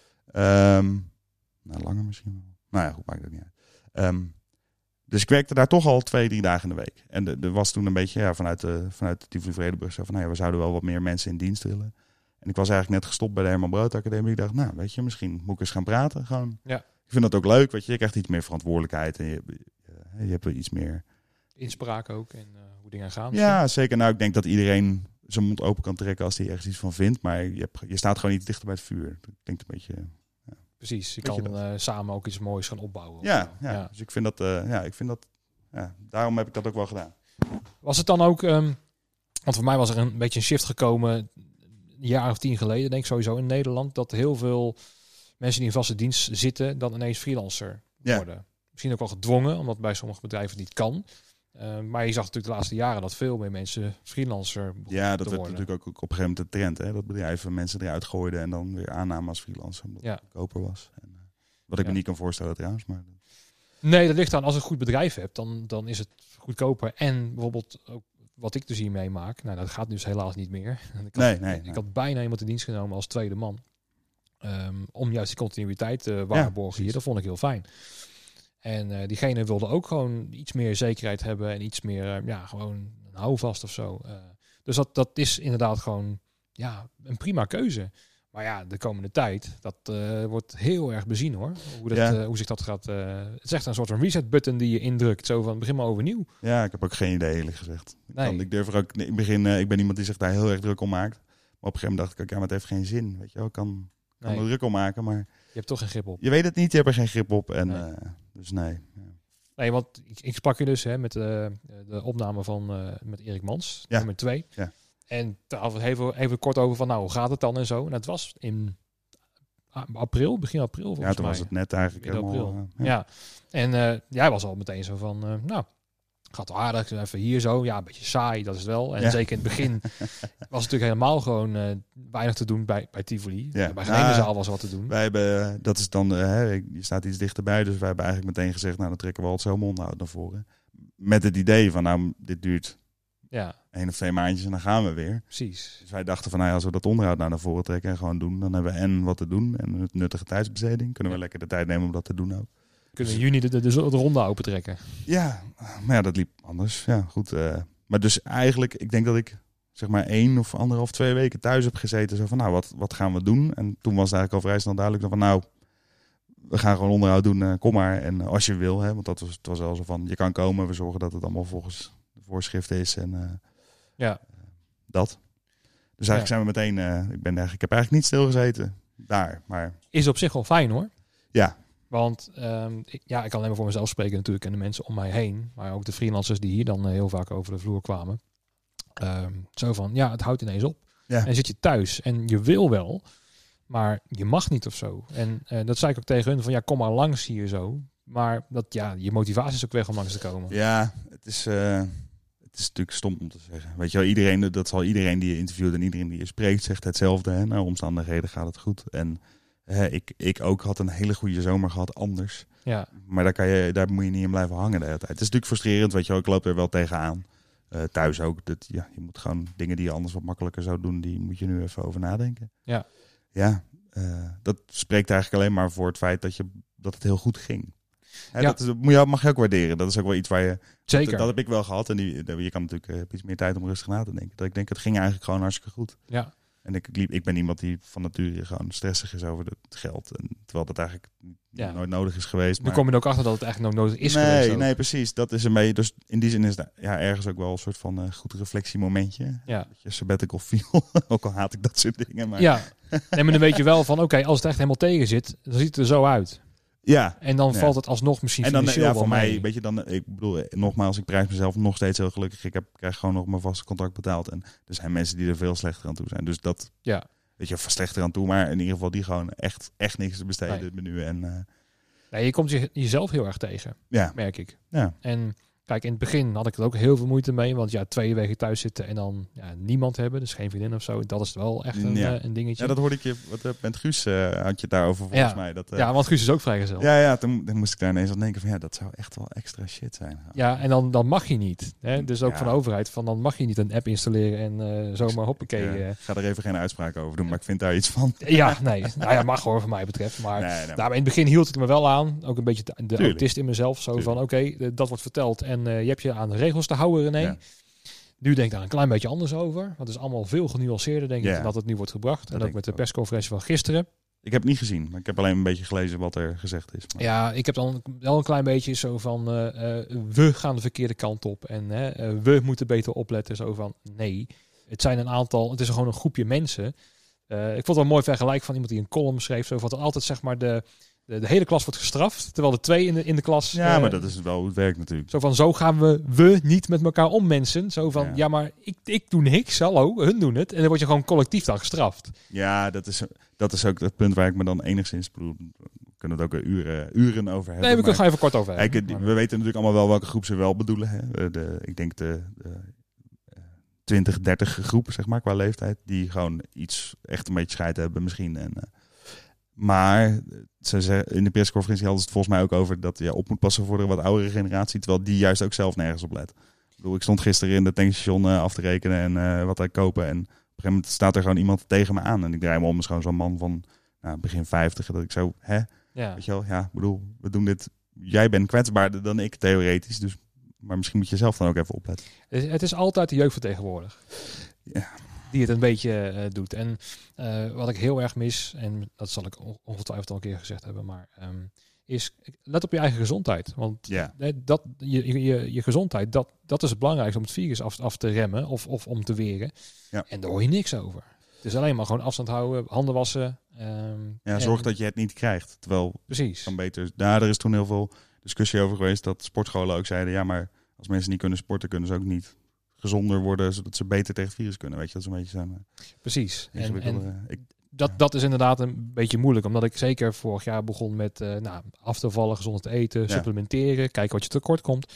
Um, nou, langer misschien wel. Nou ja, goed, maakt het niet uit. Um, dus ik werkte daar toch al twee, drie dagen in de week. En er was toen een beetje ja, vanuit de, vanuit de Tivoli Vredenburg zo van, nou ja, we zouden wel wat meer mensen in dienst willen. En ik was eigenlijk net gestopt bij de Herman Brood Academie. Ik dacht, nou, weet je, misschien moet ik eens gaan praten. Gewoon. Ja. Ik vind dat ook leuk, weet je. Je krijgt iets meer verantwoordelijkheid en je, je, je hebt iets meer... Inspraak ook en uh, hoe dingen gaan. Ja, misschien. Zeker. Nou, ik denk dat iedereen zijn mond open kan trekken als hij ergens iets van vindt. Maar je, hebt, je staat gewoon niet dichter bij het vuur. Dat klinkt een beetje... Ja. Precies, je Weet kan je uh, samen ook iets moois gaan opbouwen. Ja, ja. ja. Dus ik vind dat... Uh, ja, ik vind dat ja, daarom heb ik dat ook wel gedaan. Was het dan ook... Um, want voor mij was er een beetje een shift gekomen... een jaar of tien geleden, denk ik sowieso in Nederland... dat heel veel mensen die in vaste dienst zitten... dan ineens freelancer worden. Ja. Misschien ook wel gedwongen, omdat bij sommige bedrijven niet kan... Uh, maar je zag natuurlijk de laatste jaren dat veel meer mensen freelancer Ja, dat werd natuurlijk ook op een gegeven moment de trend. Hè? Dat bedrijven mensen eruit gooiden en dan weer aannamen als freelancer. Omdat ja. het goedkoper was. En, uh, wat ik ja. me niet kan voorstellen trouwens. Maar... Nee, dat ligt aan. Als je een goed bedrijf hebt, dan, dan is het goedkoper. En bijvoorbeeld ook wat ik dus hier meemaak. Nou, dat gaat dus helaas niet meer. Ik had, nee, nee, ik nee. had bijna iemand in dienst genomen als tweede man. Um, om juist die continuïteit te uh, waarborgen ja, hier. Dat vond ik heel fijn. En uh, diegene wilde ook gewoon iets meer zekerheid hebben en iets meer, uh, ja, gewoon een houvast of zo. Uh, dus dat, dat is inderdaad gewoon, ja, een prima keuze. Maar ja, de komende tijd, dat uh, wordt heel erg bezien hoor. Hoe, dat, ja. uh, hoe zich dat gaat, uh, het is echt een soort van reset button die je indrukt. Zo van, begin maar overnieuw. Ja, ik heb ook geen idee eerlijk gezegd. Nee. Ik, kan, ik durf er ook, in het begin, uh, ik ben iemand die zich daar heel erg druk om maakt. Maar op een gegeven moment dacht ik ook, ja, maar het heeft geen zin. Weet je wel, ik kan, kan nee. er druk om maken, maar... Je hebt toch geen grip op. Je weet het niet, je hebt er geen grip op. En, nee. Uh, dus nee. Ja. Nee, want ik, ik sprak je dus hè, met uh, de opname van uh, met Erik Mans, ja. nummer twee. Ja. En daar hadden we even, even kort over van, nou, hoe gaat het dan en zo. En het was in april, begin april volgens mij. Ja, toen was het net eigenlijk begin helemaal... april. Uh, ja. ja, en uh, jij was al meteen zo van, uh, nou... gaat wel aardig, even hier zo. Ja, een beetje saai, dat is het wel. En ja. zeker in het begin was het natuurlijk helemaal gewoon uh, weinig te doen bij, bij Tivoli. Ja. Bij geen nou, zaal was wat te doen. Wij hebben, dat is dan, uh, hè, je staat iets dichterbij, dus wij hebben eigenlijk meteen gezegd, nou dan trekken we al het zo mondhoud naar voren. Met het idee van, nou dit duurt ja. één of twee maandjes en dan gaan we weer. Precies. Dus wij dachten van, nou ja, als we dat onderhoud nou naar voren trekken en gewoon doen, dan hebben we en wat te doen en een nuttige tijdsbesteding. Kunnen we ja. lekker de tijd nemen om dat te doen ook. Kunnen we in juni de, de, de, de ronde open trekken? Ja, maar ja, dat liep anders. Ja, goed. Uh, maar dus eigenlijk, ik denk dat ik zeg maar één of anderhalf, twee weken thuis heb gezeten. Zo van, nou, wat, wat gaan we doen? En toen was het eigenlijk al vrij snel duidelijk van, nou, we gaan gewoon onderhoud doen. Uh, kom maar. En uh, als je wil, hè, want dat was, het was wel zo van, je kan komen. We zorgen dat het allemaal volgens de voorschriften is. En uh, ja. uh, dat. Dus eigenlijk ja. zijn we meteen, uh, ik ben eigenlijk, ik heb eigenlijk niet stilgezeten daar. Maar is op zich wel fijn hoor. Ja. Want um, ik, ja, ik kan alleen maar voor mezelf spreken natuurlijk en de mensen om mij heen. Maar ook de freelancers die hier dan uh, heel vaak over de vloer kwamen. Um, zo van, ja, het houdt ineens op. Ja. En zit je thuis en je wil wel, maar je mag niet of zo. En uh, dat zei ik ook tegen hun van, ja, kom maar langs hier zo. Maar dat, ja, je motivatie is ook weg om langs te komen. Ja, het is, uh, het is natuurlijk stom om te zeggen. Weet je wel, iedereen, dat zal iedereen die je interviewt en iedereen die je spreekt zegt hetzelfde. Hè? Nou, omstandigheden gaat het goed. En hè, ik, ik ook had een hele goede zomer gehad anders. Ja. Maar daar, kan je, daar moet je niet in blijven hangen de hele tijd. Het is natuurlijk frustrerend, weet je wel. Ik loop er wel tegenaan. Uh, thuis ook. Dat, ja, je moet gewoon dingen die je anders wat makkelijker zou doen, die moet je nu even over nadenken. Ja. Ja, uh, dat spreekt eigenlijk alleen maar voor het feit dat, je, dat het heel goed ging. Hè, ja. Dat is, moet je, mag je ook waarderen. Dat is ook wel iets waar je... Zeker. Dat, dat heb ik wel gehad. En die, je kan natuurlijk uh, iets meer tijd om rustig na te denken. Dat ik denk, het ging eigenlijk gewoon hartstikke goed. Ja. En ik, ik ben iemand die van nature gewoon stressig is over het geld. En terwijl dat eigenlijk ja. nooit nodig is geweest. Nu kom je er ook achter dat het eigenlijk nog nodig is nee, geweest. Nee, nee, precies. Dat is een beetje. Dus in die zin is dat ja, ergens ook wel een soort van uh, goed reflectiemomentje. Ja. Dat je sabbatical feel. Ook al haat ik dat soort dingen. Maar... Ja, nee, maar dan weet je wel van, oké, okay, als het echt helemaal tegen zit, dan ziet het er zo uit. Ja. En dan ja. valt het alsnog misschien en dan, financieel ja, voor wel mij, mee. weet je, dan, ik bedoel, nogmaals, ik prijs mezelf nog steeds heel gelukkig. Ik heb, krijg gewoon nog mijn vaste contract betaald. En er zijn mensen die er veel slechter aan toe zijn. Dus dat, ja. weet je, slechter aan toe. Maar in ieder geval die gewoon echt, echt niks te besteden nee. nu. En, uh... nee, je komt je, jezelf heel erg tegen, ja. merk ik. Ja. En kijk, in het begin had ik er ook heel veel moeite mee. Want ja, twee weken thuis zitten en dan ja, niemand hebben. Dus geen vriendin of zo. Dat is wel echt een, ja. uh, een dingetje. Ja, dat hoorde ik je. Wat, met Guus uh, had je het daarover volgens ja. mij. Dat, uh, ja, want Guus is ook vrijgezel. Ja, ja toen, toen moest ik daar ineens aan denken van ja, dat zou echt wel extra shit zijn. Ja, en dan, dan mag je niet. Hè? Dus ook ja. van de overheid. Van dan mag je niet een app installeren en uh, zomaar hoppakee. Ik uh, uh, ga er even geen uitspraak over doen, maar ik vind daar iets van. Ja, nee. Nou ja, mag hoor, van mij betreft. Maar nee, nee, nou, in het begin hield ik me wel aan. Ook een beetje de, de autist in mezelf. Zo Tuurlijk. van, oké, okay, dat wordt verteld. En uh, je hebt je aan de regels te houden, René. Ja. Nu denk ik daar een klein beetje anders over. Want het is allemaal veel genuanceerder, denk ja. ik, dat het nu wordt gebracht. Dat en ook met de persconferentie van gisteren. Ik heb het niet gezien, maar ik heb alleen een beetje gelezen wat er gezegd is. Maar... Ja, ik heb dan wel een klein beetje zo van, uh, uh, we gaan de verkeerde kant op. En uh, we moeten beter opletten. Zo van, nee, het zijn een aantal, het is gewoon een groepje mensen. Uh, ik vond het wel een mooi vergelijk van iemand die een column schreef. Zo van dat altijd zeg maar de... De, de hele klas wordt gestraft, terwijl de twee in de, in de klas... Ja, uh, maar dat is wel hoe het werkt natuurlijk. Zo van, zo gaan we, we niet met elkaar om, mensen. Zo van, ja, ja maar ik, ik doe niks, hallo, hun doen het. En dan word je gewoon collectief dan gestraft. Ja, dat is, dat is ook het punt waar ik me dan enigszins... bedoel, we kunnen het ook uren, uren over hebben. Nee, we kunnen gewoon even kort over hebben. Kijk, we weten natuurlijk allemaal wel welke groep ze wel bedoelen. Hè. De, ik denk de... de twintig, dertig groep, zeg maar, qua leeftijd. Die gewoon iets echt een beetje scheid hebben misschien. En... Uh, Maar ze zeggen, in de persconferentie hadden ze het volgens mij ook over dat je ja, op moet passen voor de wat oudere generatie. Terwijl die juist ook zelf nergens op let. Ik bedoel, ik stond gisteren in de tankstation uh, af te rekenen en uh, wat te kopen. En op een gegeven moment staat er gewoon iemand tegen me aan. En ik draai me om, is gewoon zo'n man van nou, begin vijftig. Dat ik zo, hè? Ja. Weet je wel, ja, ik bedoel, we doen dit. Jij bent kwetsbaarder dan ik, theoretisch. Dus, maar misschien moet je zelf dan ook even opletten. Het is altijd de jeugdvertegenwoordiger. Ja. Die het een beetje uh, doet. En uh, wat ik heel erg mis, en dat zal ik ongetwijfeld al een keer gezegd hebben, maar um, is let op je eigen gezondheid. Want ja. dat, je, je, je gezondheid, dat, dat is het belangrijkste om het virus af, af te remmen of, of om te weren. Ja. En daar hoor je niks over. Het is alleen maar gewoon afstand houden, handen wassen. Um, ja, zorg en, dat je het niet krijgt. Terwijl, precies. Dan beter. Daar er is toen heel veel discussie over geweest dat sportscholen ook zeiden, ja, maar als mensen niet kunnen sporten, kunnen ze ook niet gezonder worden, zodat ze beter tegen het virus kunnen. Weet je, dat is een beetje zijn. Uh, Precies. En, en uh, ik, dat, ja. dat is inderdaad een beetje moeilijk, omdat ik zeker vorig jaar begon met uh, nou, af te vallen, gezond te eten, ja. supplementeren, kijken wat je tekort komt.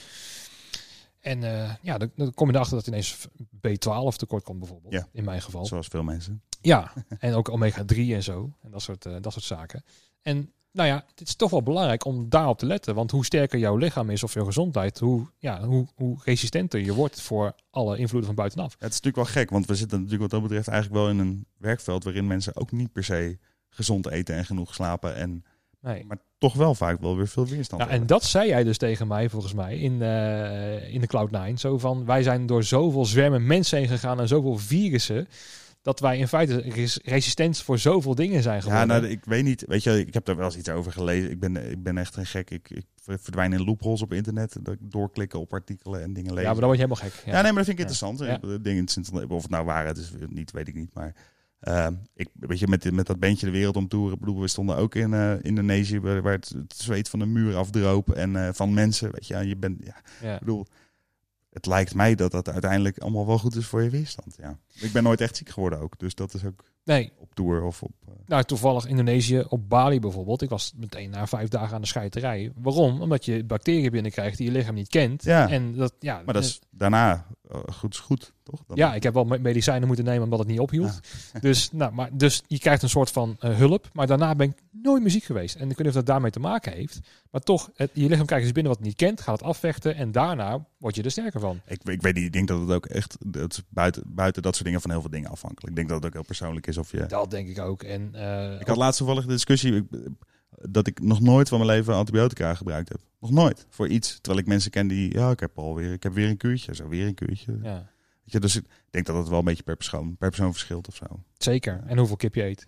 En uh, ja, dan, dan kom je erachter dat ineens B twaalf tekort komt bijvoorbeeld, ja. in mijn geval. Zoals veel mensen. Ja, en ook omega drie en zo, en dat soort, uh, dat soort zaken. En nou ja, het is toch wel belangrijk om daarop te letten. Want hoe sterker jouw lichaam is of jouw gezondheid, hoe, ja, hoe, hoe resistenter je wordt voor alle invloeden van buitenaf. Ja, het is natuurlijk wel gek, want we zitten natuurlijk wat dat betreft eigenlijk wel in een werkveld waarin mensen ook niet per se gezond eten en genoeg slapen. En, nee. Maar toch wel vaak wel weer veel weerstand ja, en dat zei jij dus tegen mij volgens mij in, uh, in de Cloud nine. Zo van, wij zijn door zoveel zwermen mensen heen gegaan en zoveel virussen, dat wij in feite res- resistent voor zoveel dingen zijn geworden. Ja, nou, ik weet niet. Weet je, ik heb daar wel eens iets over gelezen. Ik ben, ik ben echt een gek. Ik, ik verdwijn in loopholes op internet. Dat ik doorklikken op artikelen en dingen lezen. Ja, maar dan word je helemaal gek. Ja, ja nee, maar dat vind ik ja. interessant. Ja. Dingen, of het nou waarheid is, niet, weet ik niet. Maar uh, ik, weet je, met, met dat bandje de wereld om toeren. Bedoel, we stonden ook in uh, Indonesië, waar het, het zweet van de muur afdroop en uh, van mensen. Weet je, je bent, ja, ja. ik bedoel. het lijkt mij dat dat uiteindelijk allemaal wel goed is voor je weerstand. Ja. Ik ben nooit echt ziek geworden ook. Dus dat is ook nee. op tour of op... Uh... Nou, toevallig Indonesië, op Bali bijvoorbeeld. Ik was meteen na vijf dagen aan de scheiterij. Waarom? Omdat je bacteriën binnenkrijgt die je lichaam niet kent. Ja. En dat, ja, maar dat is daarna uh, goed is goed, toch? Dan ja, ik heb wel medicijnen moeten nemen omdat het niet ophield. Ah. Dus, nou, maar, dus je krijgt een soort van uh, hulp. Maar daarna ben ik nooit meer ziek geweest. En ik weet niet of dat daarmee te maken heeft. Maar toch, het, je lichaam krijgt dus binnen wat het niet kent. Gaat het afvechten. En daarna word je er sterker van. Ik, ik weet niet, ik denk dat het ook echt... Dat is buiten, buiten dat soort dingen van heel veel dingen afhankelijk. Ik denk dat het ook heel persoonlijk is of je... Dat denk ik ook. En, uh, ik had laatst toevallig de discussie... Ik, dat ik nog nooit van mijn leven antibiotica gebruikt heb. Nog nooit. Voor iets. Terwijl ik mensen ken die... Ja, ik heb alweer... Ik heb weer een kuurtje. Zo weer een kuurtje. Ja. Weet je, dus ik denk dat het wel een beetje per persoon, per persoon verschilt of zo. Zeker. En hoeveel kip je eet.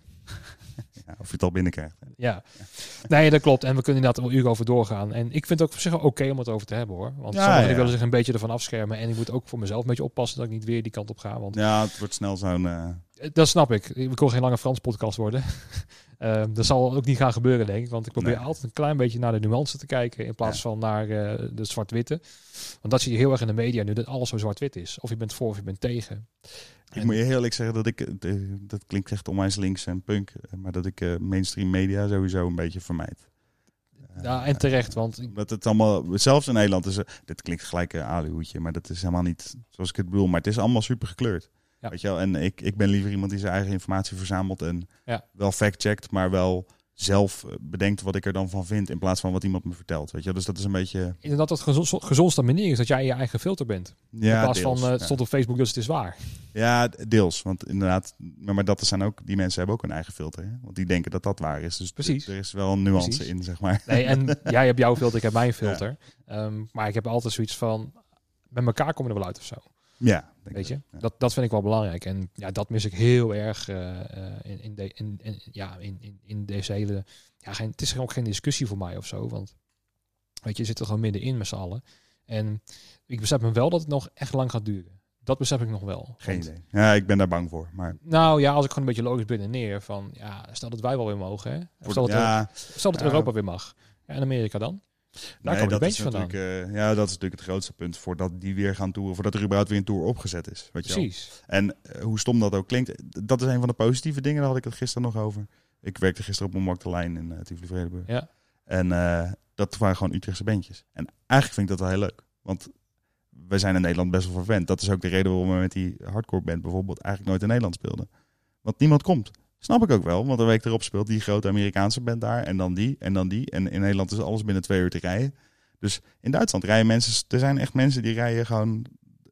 Ja, of je het al binnenkrijgt. Ja. ja. Nee, dat klopt. En we kunnen inderdaad wel uren over doorgaan. En ik vind het ook op zich oké okay om het over te hebben, hoor. Want ja, sommigen ja. willen zich een beetje ervan afschermen. En ik moet ook voor mezelf een beetje oppassen dat ik niet weer die kant op ga. Want ja, het wordt snel zo'n... Uh... Dat snap ik. Ik wil geen lange Frans podcast worden. uh, dat zal ook niet gaan gebeuren, denk ik. Want ik probeer nee. altijd een klein beetje naar de nuance te kijken. In plaats ja. van naar uh, de zwart-witte. Want dat zie je heel erg in de media nu. Dat alles zo zwart-wit is. Of je bent voor of je bent tegen. Ik en... moet je heel eerlijk zeggen dat ik... Dat klinkt echt onwijs links en punk. Maar dat ik uh, mainstream media sowieso een beetje vermijd. Ja, en terecht, want... Dat het allemaal... Zelfs in Nederland is... Dit klinkt gelijk een aluhoedje. Maar dat is helemaal niet zoals ik het bedoel. Maar het is allemaal super gekleurd. Ja. Weet je wel? En ik, ik ben liever iemand die zijn eigen informatie verzamelt en ja. wel fact-checkt, maar wel zelf bedenkt wat ik er dan van vind in plaats van wat iemand me vertelt. Weet je wel? Dus dat is een beetje... Inderdaad, dat het gezond, gezondste manier is dat jij je eigen filter bent. Ja, in plaats deels, van, uh, het ja. stond op Facebook, dus het is waar. Ja, deels. Want inderdaad, maar, maar dat zijn ook, die mensen hebben ook een eigen filter. Hè? Want die denken dat dat waar is. Dus Precies. er is wel een nuance Precies. in, zeg maar. Nee, en jij hebt jouw filter, ik heb mijn filter. Ja. Um, maar ik heb altijd zoiets van, met elkaar komen we er wel uit of zo. Ja, denk weet je, ja. dat, dat vind ik wel belangrijk. En ja, dat mis ik heel erg uh, uh, in, in, de, in, in, ja, in, in, in deze hele... Ja, geen, het is ook geen discussie voor mij of zo. Want weet je, je zit er gewoon middenin met z'n allen. En ik besef me wel dat het nog echt lang gaat duren. Dat besef ik nog wel. Geen want, idee. Ja, ik ben daar bang voor. Maar... Nou ja, als ik gewoon een beetje logisch binnen neer van... Ja, stel dat wij wel weer mogen, hè? Of stel dat, ja, er, stel dat ja. Europa weer mag. Ja, en Amerika dan? Daar nee, komen dat de is vandaan. Uh, ja, dat is natuurlijk het grootste punt voordat die weer gaan toeren, voordat er überhaupt weer een tour opgezet is. Weet je Precies. Wel? En uh, hoe stom dat ook klinkt, dat is een van de positieve dingen. Daar had ik het gisteren nog over. Ik werkte gisteren op een Marktelijn in uh, Tivoli-Vredenburg. Ja. En uh, dat waren gewoon Utrechtse bandjes. En eigenlijk vind ik dat wel heel leuk. Want wij zijn in Nederland best wel verwend. Dat is ook de reden waarom we met die hardcore band bijvoorbeeld eigenlijk nooit in Nederland speelden. Want niemand komt. Snap ik ook wel, want een week erop speelt die grote Amerikaanse band daar. En dan die, en dan die. En in Nederland is alles binnen twee uur te rijden. Dus in Duitsland rijden mensen... Er zijn echt mensen die rijden gewoon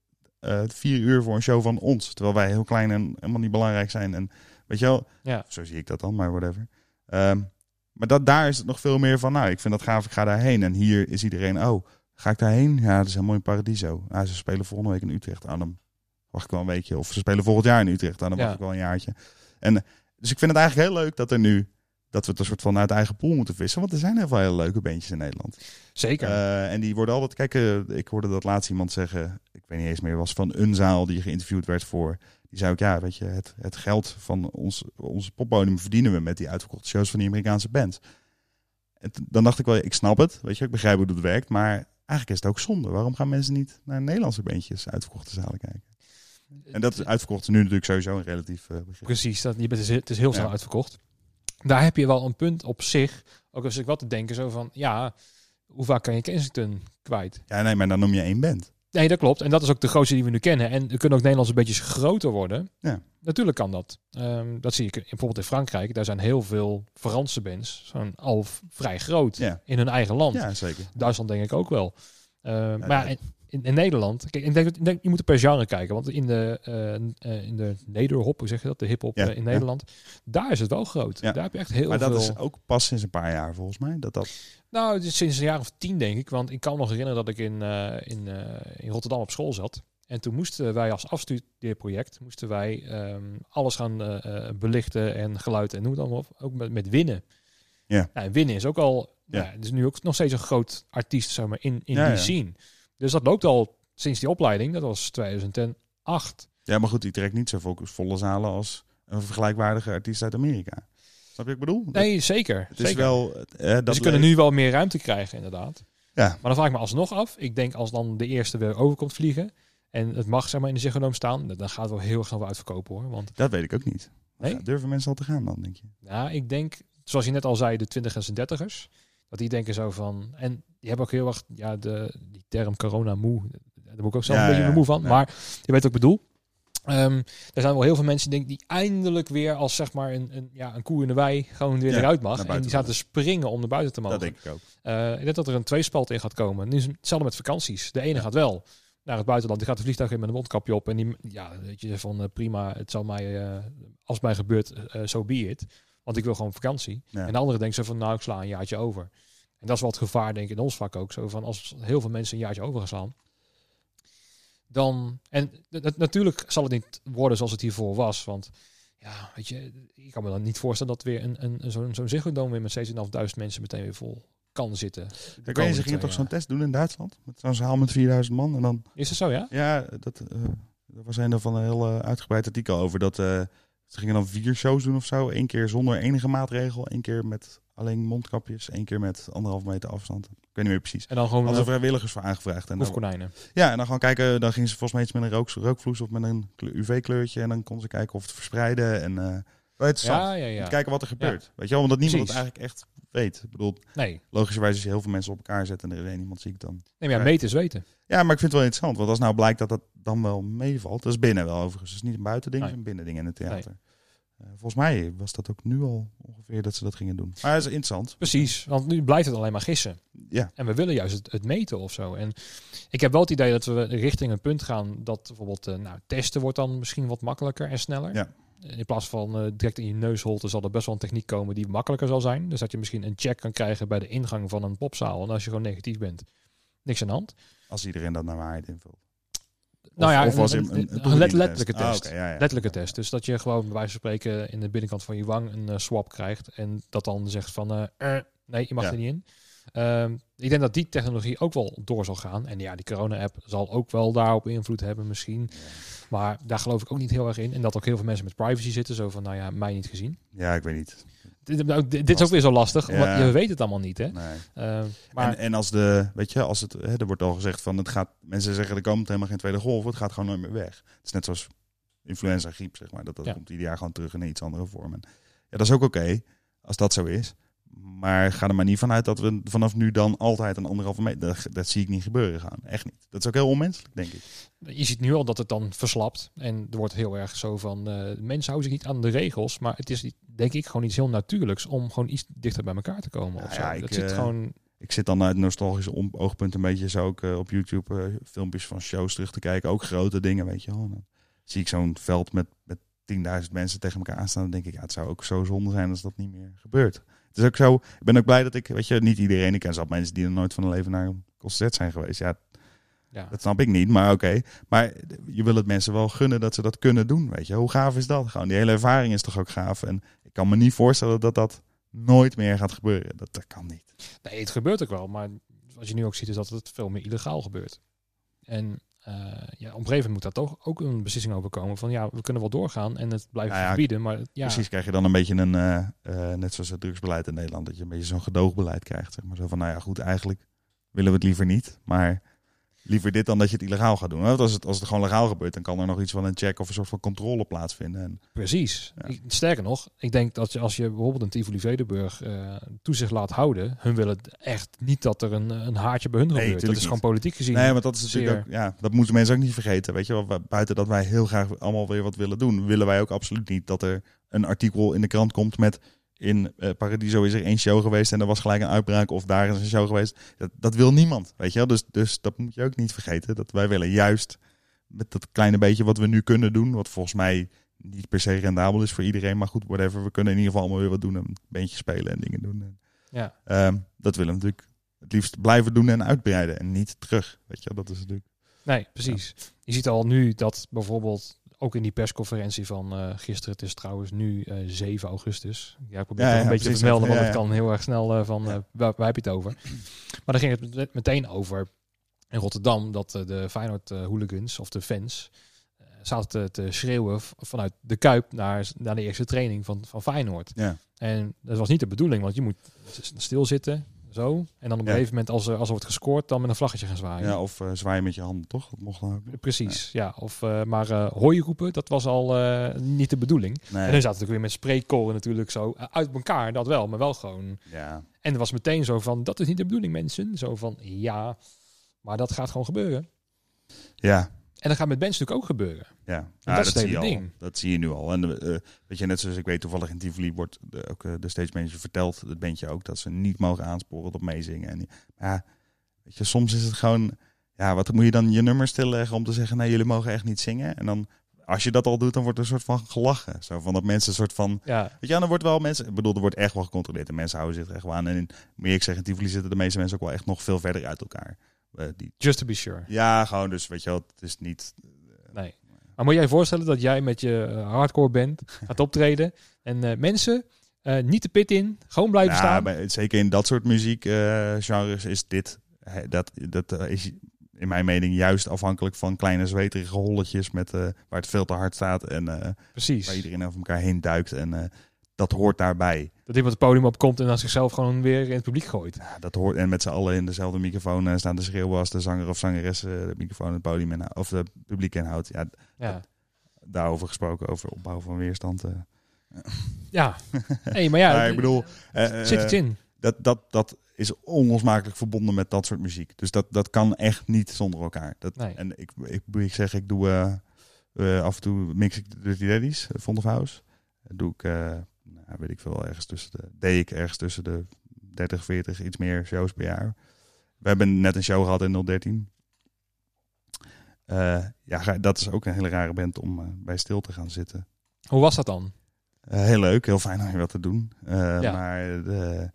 uh, vier uur voor een show van ons. Terwijl wij heel klein en helemaal niet belangrijk zijn. En weet je wel, ja. Zo zie ik dat dan, maar whatever. Um, maar dat, daar is het nog veel meer van, nou, ik vind dat gaaf, ik ga daarheen. En hier is iedereen, oh, ga ik daarheen? Ja, dat is helemaal in Paradiso. Nou, ze spelen volgende week in Utrecht. Ah, dan wacht ik wel een weekje. Of ze spelen volgend jaar in Utrecht. Ah, dan wacht ja. ik wel een jaartje. En dus ik vind het eigenlijk heel leuk dat er nu... dat we het een soort van uit eigen pool moeten vissen. Want er zijn heel veel hele leuke bandjes in Nederland. Zeker. Uh, en die worden altijd... Kijk, uh, ik hoorde dat laatst iemand zeggen... Ik weet niet eens meer, was van een zaal die geïnterviewd werd voor... Die zei ook, ja, weet je, het, het geld van ons, onze poppodium verdienen we met die uitverkochte shows van die Amerikaanse bands. En t- dan dacht ik wel, ik snap het, weet je, ik begrijp hoe het werkt, maar eigenlijk is het ook zonde. Waarom gaan mensen niet naar Nederlandse bandjes uitverkochte zalen kijken? En dat is uitverkocht is nu natuurlijk sowieso een relatief uh, begrip. Precies, dat, je bent, het is heel snel ja. uitverkocht. Daar heb je wel een punt op zich, ook als ik wat te denken, zo van, ja, hoe vaak kan je Kensington kwijt? Ja, nee, maar dan noem je één band. Nee, dat klopt. En dat is ook de grootste die we nu kennen. En er kunnen ook Nederlandse bandjes groter worden. Ja. Natuurlijk kan dat. Um, dat zie ik bijvoorbeeld in Frankrijk. Daar zijn heel veel Franse bands zijn al vrij groot ja. in hun eigen land. Ja, zeker. Duitsland denk ik ook wel. Uh, ja, maar ja, in, in Nederland, kijk, ik denk, ik denk, je moet er per genre kijken. Want in de, uh, uh, in de nederhop, hoe zeg je dat? De hiphop ja. uh, in Nederland. Ja. Daar is het wel groot. Ja. Daar heb je echt heel maar veel... Maar dat is ook pas sinds een paar jaar volgens mij. Dat dat... Nou, het is sinds een jaar of tien denk ik. Want ik kan me nog herinneren dat ik in, uh, in, uh, in Rotterdam op school zat. En toen moesten wij als afstudeerproject moesten wij um, alles gaan uh, uh, belichten en geluid en noem het allemaal op. Ook met, met Winnen. Ja. Ja, en Winnen is ook al... Ja. Ja, is nu ook nog steeds een groot artiest zeg maar, in, in ja, die ja. scene. Dus dat loopt al sinds die opleiding. Dat was tweeduizend acht. Ja, maar goed, die trekt niet zoveel volle zalen als een vergelijkbare artiest uit Amerika. Snap je wat ik bedoel? Nee, zeker. Het zeker. is wel... Uh, dat dus ze kunnen nu wel meer ruimte krijgen, inderdaad. Ja. Maar dan vraag ik me alsnog af. Ik denk als dan de eerste weer over komt vliegen en het mag zeg maar in de Ziggo Dome staan, dan gaat het wel heel erg snel weer uitverkopen hoor. Want dat weet ik ook niet. Nee? Ja, durven mensen al te gaan dan, denk je? Ja, ik denk, zoals je net al zei, de twintigers en dertigers. Dat die denken zo van... En die hebben ook heel erg... Ja, de, die term corona moe. Daar heb ik ook zelf ja, een beetje ja, moe van. Ja. Maar je weet wat ik bedoel. Um, er zijn wel heel veel mensen denk, die eindelijk weer als zeg maar een, een, ja, een koe in de wei gewoon weer ja, eruit mag. En die zaten te springen om naar buiten te mogen. Dat denk ik ook. Uh, ik denk dat er een tweespalt in gaat komen. Nu is het hetzelfde met vakanties. De ene ja. gaat wel naar het buitenland. Die gaat de vliegtuig in met een mondkapje op. En die, ja, weet je, van uh, prima, het zal mij, uh, als het mij gebeurt, zo uh, so be it. Want ik wil gewoon vakantie. Ja. En de andere denkt zo van, nou, ik sla een jaartje over. En dat is wel het gevaar, denk ik, in ons vak ook. Zo van, als heel veel mensen een jaartje over gaan slaan. Dan, en d- natuurlijk zal het niet worden zoals het hiervoor was. Want, ja, weet je, ik kan me dan niet voorstellen dat weer een, een, zo'n, zo'n Ziggo Dome weer met zeventienduizend mensen meteen weer vol kan zitten. Ik weet, ze gingen toch zo'n test doen in Duitsland? Met zo'n zaal met vierduizend man. En dan... Is het zo, ja? Ja, dat, uh, er was een van een heel uh, uitgebreid artikel over dat... Uh, Ze gingen dan vier shows doen of zo. Eén keer zonder enige maatregel. Één keer met alleen mondkapjes. Één keer met anderhalf meter afstand. Ik weet niet meer precies. En dan gewoon... Hadden ze vrijwilligers voor aangevraagd. Of konijnen. Ja, en dan gewoon kijken. Dan gingen ze volgens mij iets met een rook, rookvloes of met een U V-kleurtje. En dan konden ze kijken of het verspreidde. En uh, het ja, ja, ja. kijken wat er gebeurt. Ja. Weet je wel, omdat niemand Precies. het eigenlijk echt weet. Ik bedoel, nee. logischerwijs als je heel veel mensen op elkaar zet en er is één iemand ziek dan... Nee, maar ja, meten is weten. Ja, maar ik vind het wel interessant. Want als nou blijkt dat dat dan wel meevalt. Dat is binnen wel overigens. Het is niet een buitending, het is een binnending in het theater. Nee. Uh, volgens mij was dat ook nu al ongeveer dat ze dat gingen doen. Maar dat is interessant. Precies, want nu blijft het alleen maar gissen. Ja. En we willen juist het, het meten of zo. En ik heb wel het idee dat we richting een punt gaan dat bijvoorbeeld uh, nou, testen wordt dan misschien wat makkelijker en sneller. Ja. In plaats van uh, direct in je neusholte zal er best wel een techniek komen die makkelijker zal zijn. Dus dat je misschien een check kan krijgen bij de ingang van een popzaal. En als je gewoon negatief bent, niks aan de hand. Als iedereen dat naar waarheid invult. Nou ja, of was een, een, een, een let, letterlijke test. test. Ah, okay, ja, ja. Letterlijke test. Dus dat je gewoon bij wijze van spreken in de binnenkant van je wang een uh, swab krijgt. En dat dan zegt van, uh, uh, nee, je mag ja. er niet in. Uh, ik denk dat die technologie ook wel door zal gaan. En ja, die corona-app zal ook wel daarop invloed hebben misschien. Ja. Maar daar geloof ik ook niet heel erg in. En dat ook heel veel mensen met privacy zitten. Zo van, nou ja, mij niet gezien. Ja, ik weet niet. Dit, dit is ook weer zo lastig, ja. want je weet het allemaal niet, hè? Nee. Uh, maar... en, en als de, weet je, als het, hè, er wordt al gezegd van, het gaat, mensen zeggen er komt helemaal geen tweede golf, het gaat gewoon nooit meer weg. Het is net zoals influenza, griep, zeg maar, dat dat ja. komt ieder jaar gewoon terug in een iets andere vorm. En ja, dat is ook oké, okay, als dat zo is. Maar ga er maar niet vanuit dat we vanaf nu dan altijd een anderhalve meter... Dat, dat zie ik niet gebeuren gaan. Echt niet. Dat is ook heel onmenselijk, denk ik. Je ziet nu al dat het dan verslapt. En er wordt heel erg zo van... Uh, mensen houden zich niet aan de regels. Maar het is, denk ik, gewoon iets heel natuurlijks... om gewoon iets dichter bij elkaar te komen. Ja, of zo. Ja, ik, dat zit uh, gewoon... ik zit dan uit nostalgische oogpunt een beetje zo ook uh, op YouTube... Uh, filmpjes van shows terug te kijken. Ook grote dingen, weet je wel. Dan zie ik zo'n veld met, met tienduizend mensen tegen elkaar aanstaan. Dan denk ik, ja, het zou ook zo zonde zijn als dat niet meer gebeurt. Het is ook zo, ik ben ook blij dat ik, weet je, niet iedereen, ik ken zelf mensen die er nooit van hun leven naar een concert zijn geweest. Ja, ja. Dat snap ik niet, maar oké. Okay. Maar je wil het mensen wel gunnen dat ze dat kunnen doen, weet je. Hoe gaaf is dat? Gewoon, die hele ervaring is toch ook gaaf. En ik kan me niet voorstellen dat dat nooit meer gaat gebeuren. Dat, dat kan niet. Nee, het gebeurt ook wel, maar wat je nu ook ziet is dat het veel meer illegaal gebeurt. En Uh, ja, op een gegeven moment moet daar toch ook een beslissing over komen van ja, we kunnen wel doorgaan en het blijven nou ja, verbieden, maar ja. Precies, krijg je dan een beetje een, uh, uh, net zoals het drugsbeleid in Nederland, dat je een beetje zo'n gedoogbeleid krijgt, zeg maar. Zo van, nou ja, goed, eigenlijk willen we het liever niet, maar liever dit dan dat je het illegaal gaat doen. Want als het, als het gewoon legaal gebeurt, dan kan er nog iets van een check of een soort van controle plaatsvinden. En, Precies. Ja. Ik, sterker nog, ik denk dat je, als je bijvoorbeeld een Tivoli-Vredenburg uh, toezicht laat houden, hun willen echt niet dat er een, een haartje bij hun gebeurt. Nee, dat is niet. Gewoon politiek gezien. Nee, maar dat is zeer... natuurlijk ook, ja, dat moeten mensen ook niet vergeten. Weet je wel, buiten dat wij heel graag allemaal weer wat willen doen, willen wij ook absoluut niet dat er een artikel in de krant komt met in uh, Paradiso is er één show geweest en er was gelijk een uitbraak of daar is een show geweest. Dat, dat wil niemand, weet je wel. Dus, dus dat moet je ook niet vergeten. Dat wij willen juist met dat kleine beetje wat we nu kunnen doen, wat volgens mij niet per se rendabel is voor iedereen, maar goed, whatever. We kunnen in ieder geval allemaal weer wat doen, een beentje spelen en dingen doen. Ja. Um, dat willen we natuurlijk het liefst blijven doen en uitbreiden en niet terug, weet je wel. Dat is natuurlijk... Nee, precies. Ja. Je ziet al nu dat bijvoorbeeld ook in die persconferentie van uh, gisteren, het is trouwens nu uh, zeven augustus. Ja, ik probeer ja, het ja, een beetje te vermelden, want ja, ja. het kan heel erg snel uh, van, uh, waar, waar heb je het over? Maar dan ging het meteen over in Rotterdam dat uh, de Feyenoord uh, hooligans of de fans uh, zaten te schreeuwen vanuit de Kuip naar, naar de eerste training van, van Feyenoord. Ja. En dat was niet de bedoeling, want je moet stilzitten. zo. En dan op een ja. gegeven moment, als er, als er wordt gescoord, dan met een vlaggetje gaan zwaaien. Ja, of uh, zwaaien met je handen, toch? Dat mocht dan ook. Precies, ja. ja. Of, uh, maar uh, hooi roepen, dat was al uh, niet de bedoeling. Nee. En dan zaten we weer met spreekkoren natuurlijk zo uh, uit elkaar, dat wel, maar wel gewoon. Ja. En er was meteen zo van, dat is niet de bedoeling, mensen. Zo van, ja, maar dat gaat gewoon gebeuren. Ja. En dat gaat met bands natuurlijk ook gebeuren. Ja, ja dat, dat is het zie je ding. al. Dat zie je nu al. En uh, weet je, net zoals ik weet, toevallig in Tivoli wordt de, ook uh, de stage manager vertelt het bandje ook dat ze niet mogen aansporen tot meezingen. En ja, weet je, soms is het gewoon, ja, wat moet je dan je nummer stilleggen om te zeggen, nee, jullie mogen echt niet zingen. En dan, als je dat al doet, dan wordt er een soort van gelachen. Zo van dat mensen een soort van, ja, weet je, dan wordt wel mensen, ik bedoel, er wordt echt wel gecontroleerd en mensen houden zich er echt wel aan. En in, moet ik zeggen, in Tivoli zitten de meeste mensen ook wel echt nog veel verder uit elkaar. Uh, die, just to be sure. Ja, gewoon, dus weet je wel, het is niet. Uh, nee. Maar moet jij je voorstellen dat jij met je hardcore band gaat optreden en uh, mensen uh, niet de pit in, gewoon blijven ja, staan? Maar zeker in dat soort muziekgenres uh, is dit, dat, dat uh, is in mijn mening juist afhankelijk van kleine zweterige holletjes met, uh, waar het veel te hard staat en uh, Precies. waar iedereen over elkaar heen duikt en uh, dat hoort daarbij. Dat iemand het podium opkomt en dan zichzelf gewoon weer in het publiek gooit. Ja, dat hoort en met z'n allen in dezelfde microfoon uh, staan te schreeuwen als de zanger of zangeres uh, de microfoon in het podium in, of de publiek inhoudt. Ja, ja. Dat, daarover gesproken, over opbouw van weerstand. Uh. Ja, hey, maar ja, maar ik bedoel, uh, zit het in? Dat, dat, dat is onlosmakelijk verbonden met dat soort muziek. Dus dat, dat kan echt niet zonder elkaar. Dat, nee. En ik, ik, ik zeg, ik doe uh, uh, af en toe mix ik de Dirty Daddies, uh, Fond of House. Dat doe ik, uh, nou, weet ik veel, ergens tussen de, deed ik ergens tussen de dertig, veertig, iets meer shows per jaar. We hebben net een show gehad in nul dertien. Uh, ja, dat is ook een hele rare band om uh, bij stil te gaan zitten. Hoe was dat dan? Uh, heel leuk, heel fijn om je wat te doen. Uh, ja. Maar de,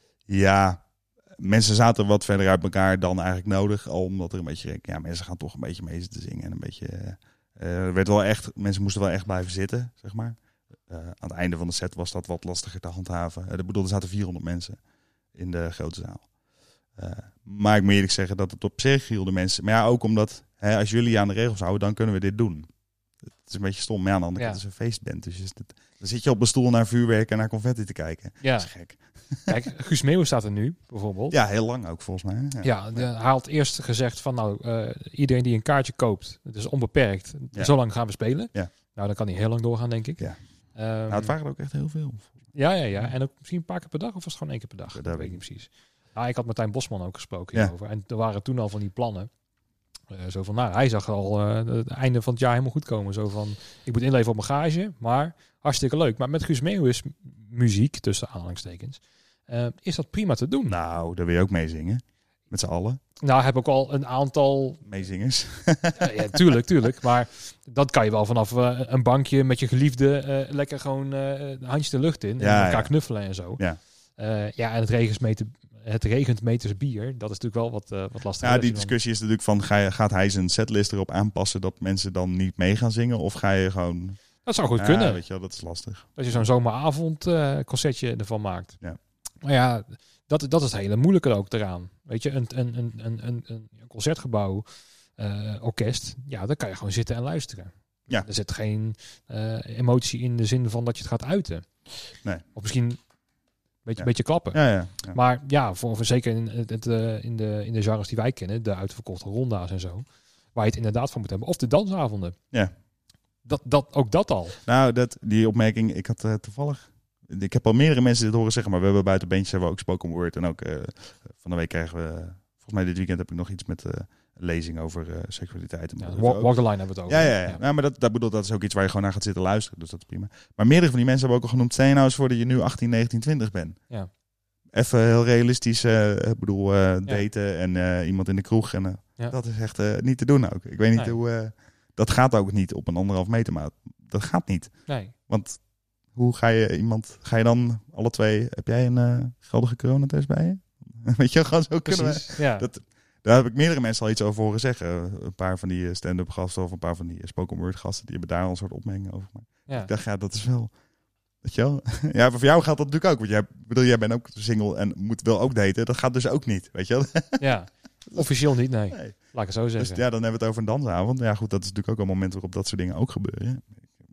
ja, mensen zaten wat verder uit elkaar dan eigenlijk nodig. Al omdat er een beetje, ja, mensen gaan toch een beetje mee zitten zingen. En een beetje, uh, er werd wel echt, mensen moesten wel echt blijven zitten, zeg maar. Uh, aan het einde van de set was dat wat lastiger te handhaven. Uh, ik bedoel, er zaten vierhonderd mensen in de grote zaal. Uh, maar ik moet eerlijk zeggen dat het op zich hielden mensen. Maar ja, ook omdat, hè, als jullie je aan de regels houden, dan kunnen we dit doen. Het is een beetje stom, maar aan de andere ja. kant is een feestband. Dus het, dan zit je op een stoel naar vuurwerk en naar confetti te kijken. Ja. Dat is gek. Kijk, Guus Meeuwen staat er nu, bijvoorbeeld. Ja, heel lang ook volgens mij. Ja, ja de, hij had eerst gezegd van nou, uh, iedereen die een kaartje koopt, het is onbeperkt. Ja. Zo lang gaan we spelen. Ja. Nou, dan kan hij heel lang doorgaan, denk ik. Ja. Um, nou, het waren er ook echt heel veel. Ja, ja, ja. En ook misschien een paar keer per dag of was het gewoon één keer per dag? Ja, dat weet ik niet precies. Nou, ik had Martijn Bosman ook gesproken ja. hierover. En er waren toen al van die plannen. Uh, zo van, nou, hij zag al uh, het einde van het jaar helemaal goed komen. Zo van, ik moet inleveren op mijn gage, maar hartstikke leuk. Maar met Guus Meeuwis muziek, tussen aanhalingstekens, uh, is dat prima te doen. Nou, daar wil je ook mee zingen. Met z'n allen. Nou, heb ik al een aantal... Meezingers. ja, ja, tuurlijk, tuurlijk. Maar dat kan je wel vanaf uh, een bankje met je geliefde uh, lekker gewoon uh, handjes de lucht in. En ja, elkaar ja. knuffelen en zo. Ja, uh, ja en het regent meters, het regent meters bier. Dat is natuurlijk wel wat, uh, wat lastig. Ja, die discussie is natuurlijk van, ga je, gaat hij zijn setlist erop aanpassen dat mensen dan niet mee gaan zingen? Of ga je gewoon... Dat zou goed ja, kunnen. Weet je wel, dat is lastig. Dat je zo'n zomeravond uh, concertje ervan maakt. Ja. Maar ja, dat, dat is het hele moeilijke ook eraan. Weet je, een, een, een, een, een, een concertgebouw, uh, orkest, ja, daar kan je gewoon zitten en luisteren. Ja. Er zit geen uh, emotie in de zin van dat je het gaat uiten. Nee. Of misschien een beetje, ja. beetje klappen. Ja, ja, ja. Maar ja, voor, voor zeker in, het, het, uh, in, de, in de genres die wij kennen, de uitverkochte ronda's en zo, waar je het inderdaad van moet hebben. Of de dansavonden. Ja. Dat, dat, ook dat al. Nou, dat, die opmerking, ik had uh, toevallig... Ik heb al meerdere mensen dit horen zeggen, maar we hebben buiten bandjes hebben we ook spoken word. En ook uh, van de week krijgen we... Volgens mij dit weekend heb ik nog iets met uh, een lezing over uh, seksualiteit. En ja, walk, walk the line hebben we het over. Ja, ja, ja. ja. ja maar dat, dat bedoel, dat is ook iets waar je gewoon naar gaat zitten luisteren. Dus dat is prima. Maar meerdere van die mensen hebben ook al genoemd, stel je nou eens voor dat je nu achttien, negentien, twintig bent. Ja. Even heel realistisch, uh, ik bedoel, uh, daten ja. en uh, iemand in de kroeg. En, uh, ja. Dat is echt uh, niet te doen ook. Ik weet niet nee. hoe... Uh, dat gaat ook niet op een anderhalf meter, maar dat gaat niet. Nee. Want... Hoe ga je iemand, ga je dan alle twee, heb jij een uh, geldige coronatest bij je? Weet je, gewoon zo kunnen we. Ja. Dat, daar heb ik meerdere mensen al iets over horen zeggen. Een paar van die stand-up gasten of een paar van die spoken word gasten, die hebben daar al een soort opmerking over gemaakt. Ja. Ik dacht, ja, dat is wel, weet je wel. Ja, voor jou geldt dat natuurlijk ook. Want jij, bedoel, jij bent ook single en moet wel ook daten. Dat gaat dus ook niet, weet je wel. Ja, officieel niet, nee. nee. Laat ik het zo zeggen. Dus ja, dan hebben we het over een dansavond. Ja goed, dat is natuurlijk ook een moment waarop dat soort dingen ook gebeuren.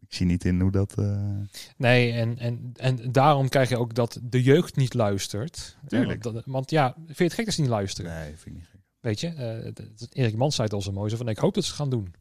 ik zie niet in hoe dat... Uh... Nee, en, en, en daarom krijg je ook dat de jeugd niet luistert. Tuurlijk. Ja, want, want ja, vind je het gek dat ze niet luisteren? Nee, vind ik niet gek. Weet je, uh, Erik Mans zei het al zo mooi, zo van ik hoop dat ze het gaan doen.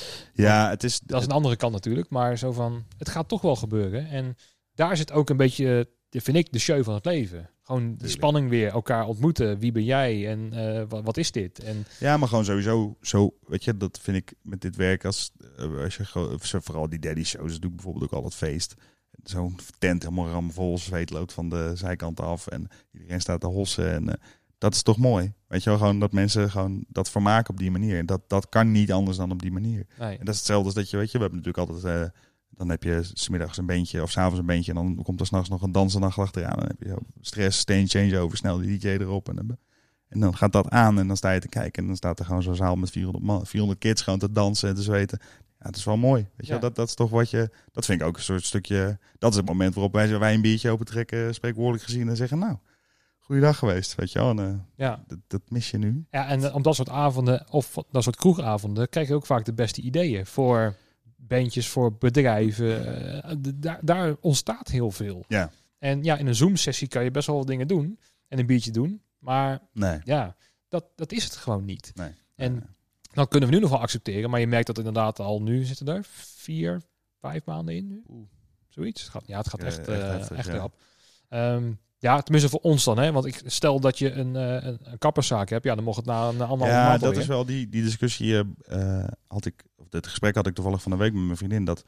Ja, want het is... Dat is een andere kant natuurlijk, maar zo van, het gaat toch wel gebeuren. En daar zit ook een beetje, vind ik, de show van het leven. Gewoon die Tuurlijk. spanning weer, elkaar ontmoeten. Wie ben jij en uh, wat, wat is dit? En ja, maar gewoon sowieso, zo, weet je, dat vind ik met dit werk als, als je vooral die daddy shows, doe ik bijvoorbeeld ook altijd feest. Zo'n tent helemaal ramvol, zweet loopt van de zijkant af en iedereen staat te hossen en uh, dat is toch mooi. Weet je wel, gewoon dat mensen gewoon dat vermaken op die manier. En dat, dat kan niet anders dan op die manier. Nee. En dat is hetzelfde als dat je, weet je, we hebben natuurlijk altijd... Uh, dan heb je 's middags een beentje of 's avonds een beentje en dan komt er s'nachts nog een dansennacht achteraan. Dan heb je stress, stage changeover, snel die D J erop. En, en dan gaat dat aan en dan sta je te kijken en dan staat er gewoon zo'n zaal met vierhonderd, man, vierhonderd kids gewoon te dansen en te zweten. Ja, het is wel mooi. Weet je, ja. dat, dat is toch wat je... Dat vind ik ook een soort stukje... Dat is het moment waarop wij, wij een biertje opentrekken, spreekwoordelijk gezien en zeggen, nou, goeiedag geweest, weet je wel. En, uh, ja. dat, dat mis je nu. Ja, en uh, om dat soort avonden of dat soort kroegavonden krijg je ook vaak de beste ideeën voor bandjes, voor bedrijven. Uh, d- daar, daar ontstaat heel veel. Ja. En ja, in een Zoom-sessie kan je best wel wat dingen doen en een biertje doen. Maar nee. ja, dat, dat is het gewoon niet. Nee. En nee. dan kunnen we nu nog wel accepteren, maar je merkt dat inderdaad al nu zitten er vier, vijf maanden in nu. Oeh. Zoiets. Het gaat, ja, het gaat Ja, echt, echt uh, heftig, echt ja. erop. Um, ja, tenminste voor ons dan, hè? Want ik stel dat je een, uh, een, een kapperszaak hebt, ja, dan mocht het na een anderhalve ja, maand dat alweer. is wel die, die discussie. Uh, had ik, of dit gesprek had ik toevallig van de week met mijn vriendin. Dat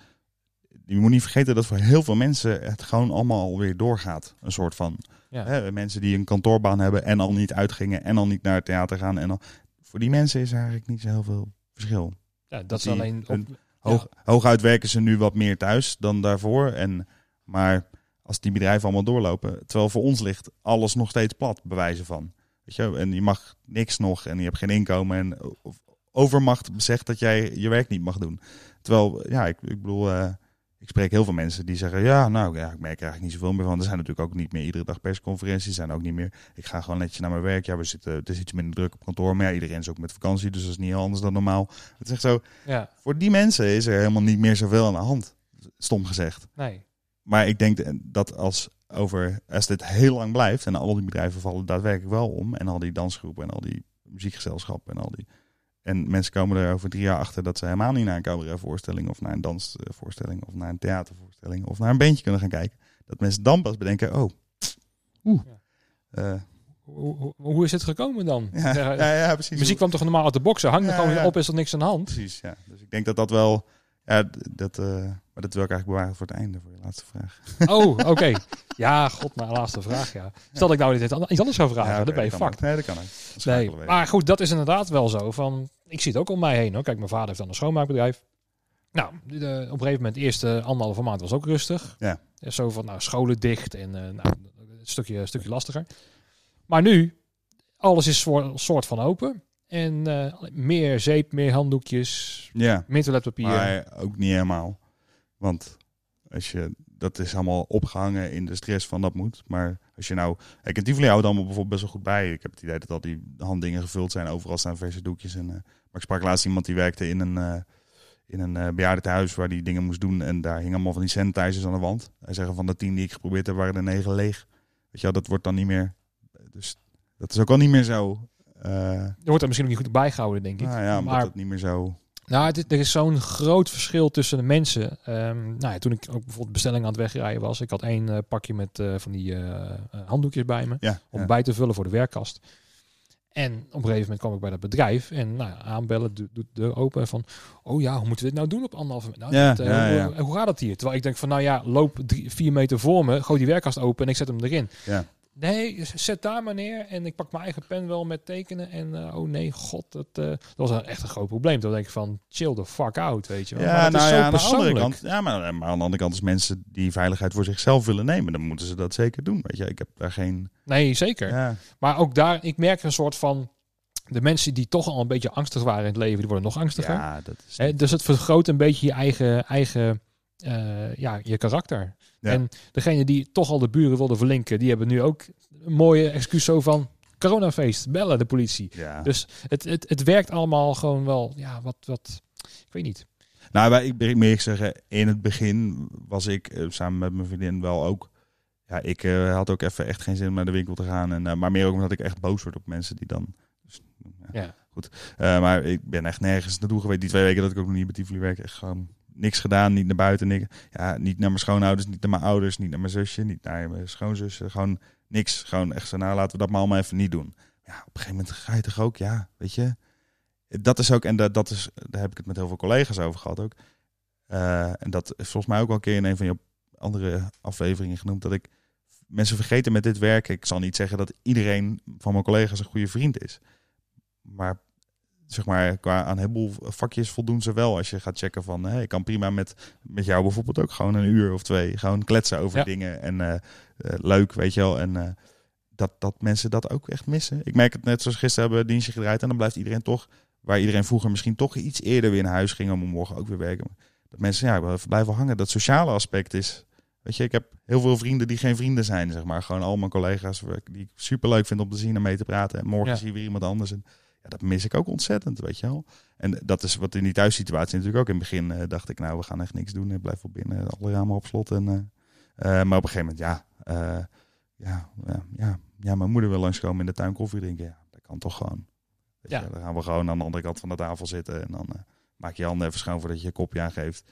je moet niet vergeten dat voor heel veel mensen het gewoon allemaal alweer doorgaat. Een soort van Ja. hè, mensen die een kantoorbaan hebben en al niet uitgingen en al niet naar het theater gaan. En al, voor die mensen is er eigenlijk niet zo heel veel verschil. Ja, dat dat is die, alleen op, hun, hoog, ja. Hooguit werken ze nu wat meer thuis dan daarvoor. En, maar als die bedrijven allemaal doorlopen, terwijl voor ons ligt alles nog steeds plat, bewijzen van. Weet je, en je mag niks nog en je hebt geen inkomen en overmacht zegt dat jij je werk niet mag doen. Terwijl, ja, ik, ik bedoel, uh, ik spreek heel veel mensen die zeggen, ja, nou, ja, ik merk er eigenlijk niet zoveel meer van. Er zijn natuurlijk ook niet meer iedere dag persconferenties, er zijn ook niet meer. Ik ga gewoon netjes naar mijn werk. Ja, we zitten, het is iets minder druk op kantoor, maar ja, iedereen is ook met vakantie, dus dat is niet heel anders dan normaal. Het is echt zo. Ja. Voor die mensen is er helemaal niet meer zoveel aan de hand. Stom gezegd. Nee. Maar ik denk dat als over als dit heel lang blijft en al die bedrijven vallen daadwerkelijk wel om en al die dansgroepen en al die muziekgezelschappen en al die en mensen komen er over drie jaar achter dat ze helemaal niet naar een cabaretvoorstelling of naar een dansvoorstelling of naar een theatervoorstelling of naar een bandje kunnen gaan kijken. Dat mensen dan pas bedenken, oh, oeh. Ja. Uh, hoe, hoe, hoe is het gekomen dan? Ja, ja, ja, ja, precies. Muziek kwam toch normaal uit de boksen? Hang er ja, gewoon ja. op, is er niks aan de hand? Precies, ja. Dus ik denk dat dat wel... Ja, dat, uh, maar dat wil ik eigenlijk bewaren voor het einde, voor je laatste vraag. Oh, oké. Okay. Ja, god, mijn laatste vraag, ja. Stel dat ik nou dit iets anders zou vragen, ja, okay, dan ben je fucked. Nee, dat kan ook. Dat nee, maar goed, dat is inderdaad wel zo. Van, ik zie het ook om mij heen, hoor. Kijk, mijn vader heeft dan een schoonmaakbedrijf. Nou, de, op een gegeven moment, de eerste anderhalve maand was ook rustig. Ja. Zo van, nou, scholen dicht en uh, nou, een stukje, een stukje lastiger. Maar nu, alles is een soort van open. En uh, meer zeep, meer handdoekjes, ja. meer toiletpapier. Maar ook niet helemaal. Want als je, dat is allemaal opgehangen in de stress van dat moet. Maar als je nou... Kijk, in Tivoli houdt allemaal bijvoorbeeld best wel goed bij. Ik heb het idee dat al die handdingen gevuld zijn. Overal staan verse doekjes. En, uh, maar ik sprak laatst iemand die werkte in een, uh, in een uh, bejaardentehuis waar die dingen moest doen. En daar hingen allemaal van die sanitizers aan de wand. Hij zeggen van de tien die ik geprobeerd heb, waren er negen leeg. Weet je wel, dat wordt dan niet meer... Dus dat is ook al niet meer zo... Uh, er wordt er misschien ook niet goed bijgehouden, denk ik. Nou ja, maar het niet meer zo... Nou, het, er is zo'n groot verschil tussen de mensen. Um, nou ja, toen ik ook bijvoorbeeld bestellingen aan het wegrijden was, ik had één uh, pakje met uh, van die uh, handdoekjes bij me ja, om ja. bij te vullen voor de werkkast. En op een gegeven moment kwam ik bij dat bedrijf en nou ja, aanbellen, doet de deur open en van, oh ja, hoe moeten we dit nou doen op anderhalve meter? Nou, ja, dit, uh, ja, ja. Hoe, hoe gaat dat hier? Terwijl ik denk van, nou ja, loop drie, vier meter voor me, gooi die werkkast open en ik zet hem erin. Ja. Nee, zet daar maar neer en ik pak mijn eigen pen wel met tekenen en uh, oh nee, god, dat, uh, dat was een, echt een groot probleem. Toen denk ik van, chill the fuck out, weet je wel. Ja, maar nou is ja, zo aan de andere persoonlijk. kant, ja, maar, maar aan de andere kant als mensen die veiligheid voor zichzelf willen nemen, dan moeten ze dat zeker doen, weet je. Ik heb daar geen... Nee, zeker. Ja. Maar ook daar, ik merk een soort van, de mensen die toch al een beetje angstig waren in het leven, die worden nog angstiger. Ja, dat is He, dus het vergroot een beetje je eigen, eigen uh, ja, je karakter. Ja. En degene die toch al de buren wilden verlinken, die hebben nu ook een mooie excuus zo van coronafeest, bellen de politie. Ja. Dus het, het, het werkt allemaal gewoon wel, ja, wat, wat, ik weet niet. Nou, wij, ik moet eerlijk zeggen, in het begin was ik uh, samen met mijn vriendin wel ook... Ja, ik uh, had ook even echt geen zin om naar de winkel te gaan. En, uh, maar meer ook omdat ik echt boos word op mensen die dan... Dus, ja, ja. Goed. Uh, maar ik ben echt nergens naartoe geweest. Die twee weken dat ik ook nog niet bij Tivoli werk, echt gewoon niks gedaan. Niet naar buiten, niks. Ja, niet naar mijn schoonouders, niet naar mijn ouders, niet naar mijn zusje, niet naar mijn schoonzus. Gewoon niks. Gewoon echt zo, nou laten we dat maar allemaal even niet doen. Ja, op een gegeven moment ga je toch ook, ja, weet je... Dat is ook, en dat, dat is, daar heb ik het met heel veel collega's over gehad ook. Uh, en dat is volgens mij ook al een keer in een van je andere afleveringen genoemd, dat ik mensen vergeten met dit werk. Ik zal niet zeggen dat iedereen van mijn collega's een goede vriend is. Maar zeg maar, qua aan een heleboel vakjes voldoen ze wel. Als je gaat checken van, hey, ik kan prima met, met jou bijvoorbeeld ook gewoon een uur of twee gewoon kletsen over ja. dingen. En uh, uh, leuk, weet je wel. En uh, dat, dat mensen dat ook echt missen. Ik merk het net zoals gisteren hebben we dienstje gedraaid en dan blijft iedereen toch... Waar iedereen vroeger misschien toch iets eerder weer naar huis ging om morgen ook weer werken. Dat mensen ja, blijven hangen. Dat sociale aspect is... Weet je, ik heb heel veel vrienden die geen vrienden zijn, zeg maar. Gewoon al mijn collega's die ik superleuk vind om te zien en mee te praten. En morgen ja. zie je weer iemand anders. En ja, dat mis ik ook ontzettend, weet je wel. En dat is wat in die thuissituatie natuurlijk ook. In het begin uh, dacht ik, nou, we gaan echt niks doen. Ik blijf wel binnen, alle ramen op slot. En, uh, uh, maar op een gegeven moment, ja, uh, ja, ja, ja, ja, mijn moeder wil langskomen in de tuin koffie drinken. Ja, dat kan toch gewoon. Ja. Je, dan gaan we gewoon aan de andere kant van de tafel zitten. En dan uh, maak je je handen even schoon voordat je je kopje aangeeft.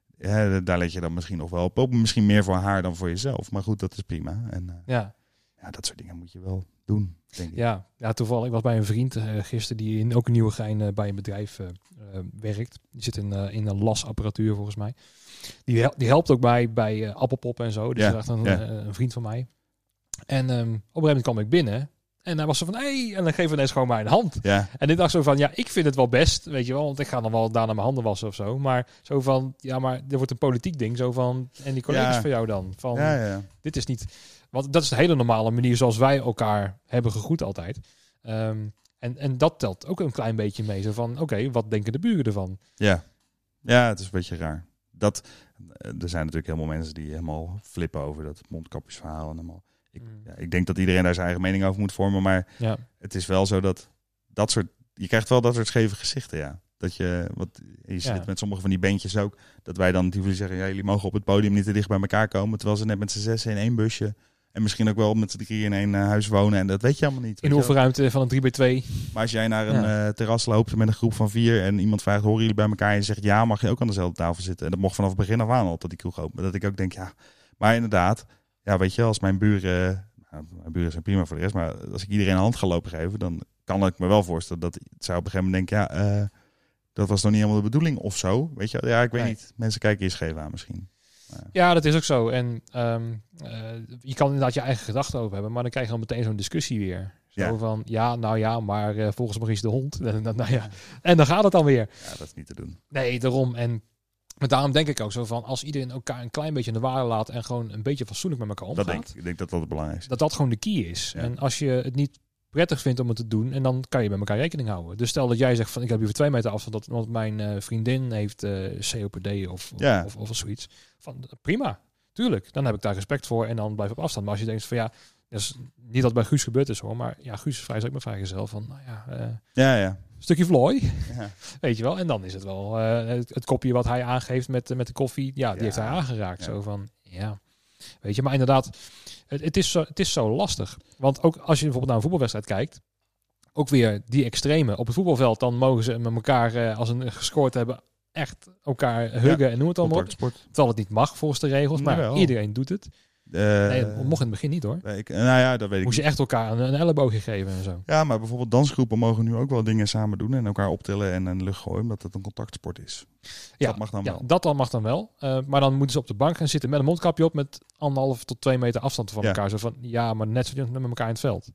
Ja, daar let je dan misschien nog wel op. Ook misschien meer voor haar dan voor jezelf. Maar goed, dat is prima. En uh, ja. ja, dat soort dingen moet je wel doen, denk ik. Ja, ja toevallig. Ik was bij een vriend uh, gisteren die in ook een Nieuwegein uh, bij een bedrijf uh, uh, werkt. Die zit in, uh, in een lasapparatuur volgens mij. Die, hel- die helpt ook bij, bij uh, Appelpop en zo. Dus ja. dat is echt een, ja. uh, een vriend van mij. En um, op een gegeven moment kwam ik binnen... En hij was zo van, hé, hey, en dan geven we ineens gewoon mij een hand. Ja. En ik dacht zo van, ja, ik vind het wel best, weet je wel, want ik ga dan wel daarna mijn handen wassen of zo. Maar zo van, ja, maar er wordt een politiek ding, zo van, en die collega's ja. van jou dan. Van, ja, ja. dit is niet, want dat is de hele normale manier zoals wij elkaar hebben gegroet altijd. Um, en, en dat telt ook een klein beetje mee, zo van, oké, okay, wat denken de buren ervan? Ja. ja, het is een beetje raar. Dat, er zijn natuurlijk helemaal mensen die helemaal flippen over dat mondkapjesverhaal en helemaal... Ik, ja, ik denk dat iedereen daar zijn eigen mening over moet vormen, maar ja. het is wel zo dat dat soort, je krijgt wel dat soort scheve gezichten, ja. Dat je, wat je zit ja. met sommige van die bandjes ook, dat wij dan die zeggen, ja, jullie mogen op het podium niet te dicht bij elkaar komen, terwijl ze net met z'n zes in één busje en misschien ook wel met z'n drie in één uh, huis wonen en dat weet je allemaal niet. In oefenruimte van een drie bij twee. Maar als jij naar een ja. uh, terras loopt met een groep van vier en iemand vraagt, horen jullie bij elkaar en je zegt, ja, mag je ook aan dezelfde tafel zitten? En dat mocht vanaf het begin af aan al tot die kroeg open. Dat ik ook denk, ja, maar inderdaad, ja, weet je, als mijn buren... Nou, mijn buren zijn prima voor de rest, maar als ik iedereen een hand ga lopen geven, dan kan ik me wel voorstellen dat het zou op een gegeven moment denken, ja, uh, dat was nog niet helemaal de bedoeling of zo. Weet je, ja, ik weet nee. niet. Mensen kijken eerst scheef aan misschien. Maar... Ja, dat is ook zo. En um, uh, je kan inderdaad je eigen gedachten over hebben, maar dan krijg je dan meteen zo'n discussie weer. Zo ja. van, ja, nou ja, maar uh, volgens mij is de hond. En, nou ja. en dan gaat het dan weer. Ja, dat is niet te doen. Nee, daarom. En maar daarom denk ik ook zo van, als iedereen elkaar een klein beetje in de waarde laat en gewoon een beetje fatsoenlijk met elkaar omgaat. Dat denk ik. Ik denk dat dat het belangrijkste. Dat dat gewoon de key is. Ja. En als je het niet prettig vindt om het te doen, en dan kan je met elkaar rekening houden. Dus stel dat jij zegt van, ik heb hier twee meter afstand, dat, want mijn uh, vriendin heeft uh, C O P D of, ja. of, of, of zoiets. Van, prima, tuurlijk. Dan heb ik daar respect voor en dan blijf ik op afstand. Maar als je denkt van, ja, dus niet dat het bij Guus gebeurd is hoor, maar ja, Guus is vrij, is ook met vrijgezel van, nou ja, uh, ja, ja. stukje vlooi, ja. weet je wel. En dan is het wel uh, het, het kopje wat hij aangeeft met, met de koffie, ja, die ja. heeft hij aangeraakt. Ja. Zo van, ja, weet je. Maar inderdaad, het, het, is zo, het is zo lastig. Want ook als je bijvoorbeeld naar een voetbalwedstrijd kijkt, ook weer die extreme. Op het voetbalveld, dan mogen ze met elkaar, uh, als ze gescoord hebben, echt elkaar huggen ja. en noem het allemaal op. Terwijl het niet mag volgens de regels, maar ja, iedereen doet het. Uh, nee, dat mocht in het begin niet hoor. Ik, nou ja, dat weet ik Moest je niet. echt elkaar een, een elleboogje geven en zo. Ja, maar bijvoorbeeld dansgroepen mogen nu ook wel dingen samen doen en elkaar optillen en een lucht gooien, omdat het een contactsport is. Ja, dat mag dan ja, wel. Dat dan mag dan wel. Uh, maar dan moeten ze op de bank gaan zitten met een mondkapje op met anderhalf tot twee meter afstand van ja. elkaar. Zo van, ja, maar net zo met elkaar in het veld.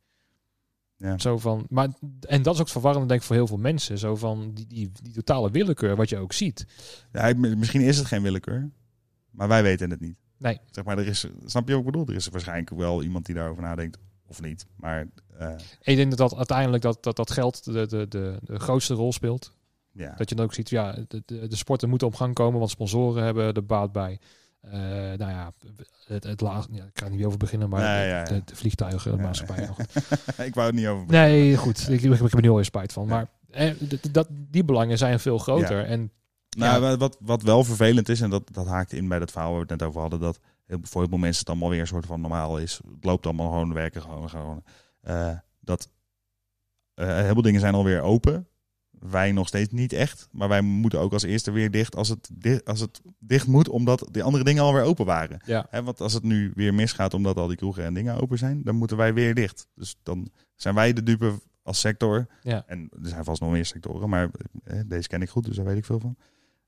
Ja. Zo van, maar, en dat is ook verwarrend denk ik voor heel veel mensen. Zo van die, die, die totale willekeur, wat je ook ziet. Ja, misschien is het geen willekeur, maar wij weten het niet. Nee. Zeg maar, er is, snap je wat ik bedoel? Er is waarschijnlijk wel iemand die daarover nadenkt, of niet. Maar, uh... ik denk dat, dat uiteindelijk dat, dat, dat geld de, de, de, de grootste rol speelt. Ja. Dat je dan ook ziet, ja, de, de, de sporten moeten op gang komen, want sponsoren hebben er baat bij. Uh, nou ja, het, het laatste, ja, ik kan er niet over beginnen, maar nee, de, ja, ja. de, de vliegtuigen, de ja, maatschappij ja. nog. Ik wou het niet over beginnen. Nee, goed. Ik, ik, ik heb er nu al eens spijt van. Ja. Maar eh, d- dat, die belangen zijn veel groter. Ja. En Nou, ja. wat, wat wel vervelend is, en dat, dat haakt in bij dat verhaal waar we het net over hadden, dat heel, voor heel veel mensen het allemaal weer een soort van normaal is. Het loopt allemaal gewoon, werken gewoon. gewoon uh, dat uh, heel veel dingen zijn alweer open. Wij nog steeds niet echt. Maar wij moeten ook als eerste weer dicht als het dicht, als het dicht moet, omdat die andere dingen alweer open waren. Ja. He, want als het nu weer misgaat omdat al die kroegen en dingen open zijn, dan moeten wij weer dicht. Dus dan zijn wij de dupe als sector. Ja. En er zijn vast nog meer sectoren, maar eh, deze ken ik goed, dus daar weet ik veel van.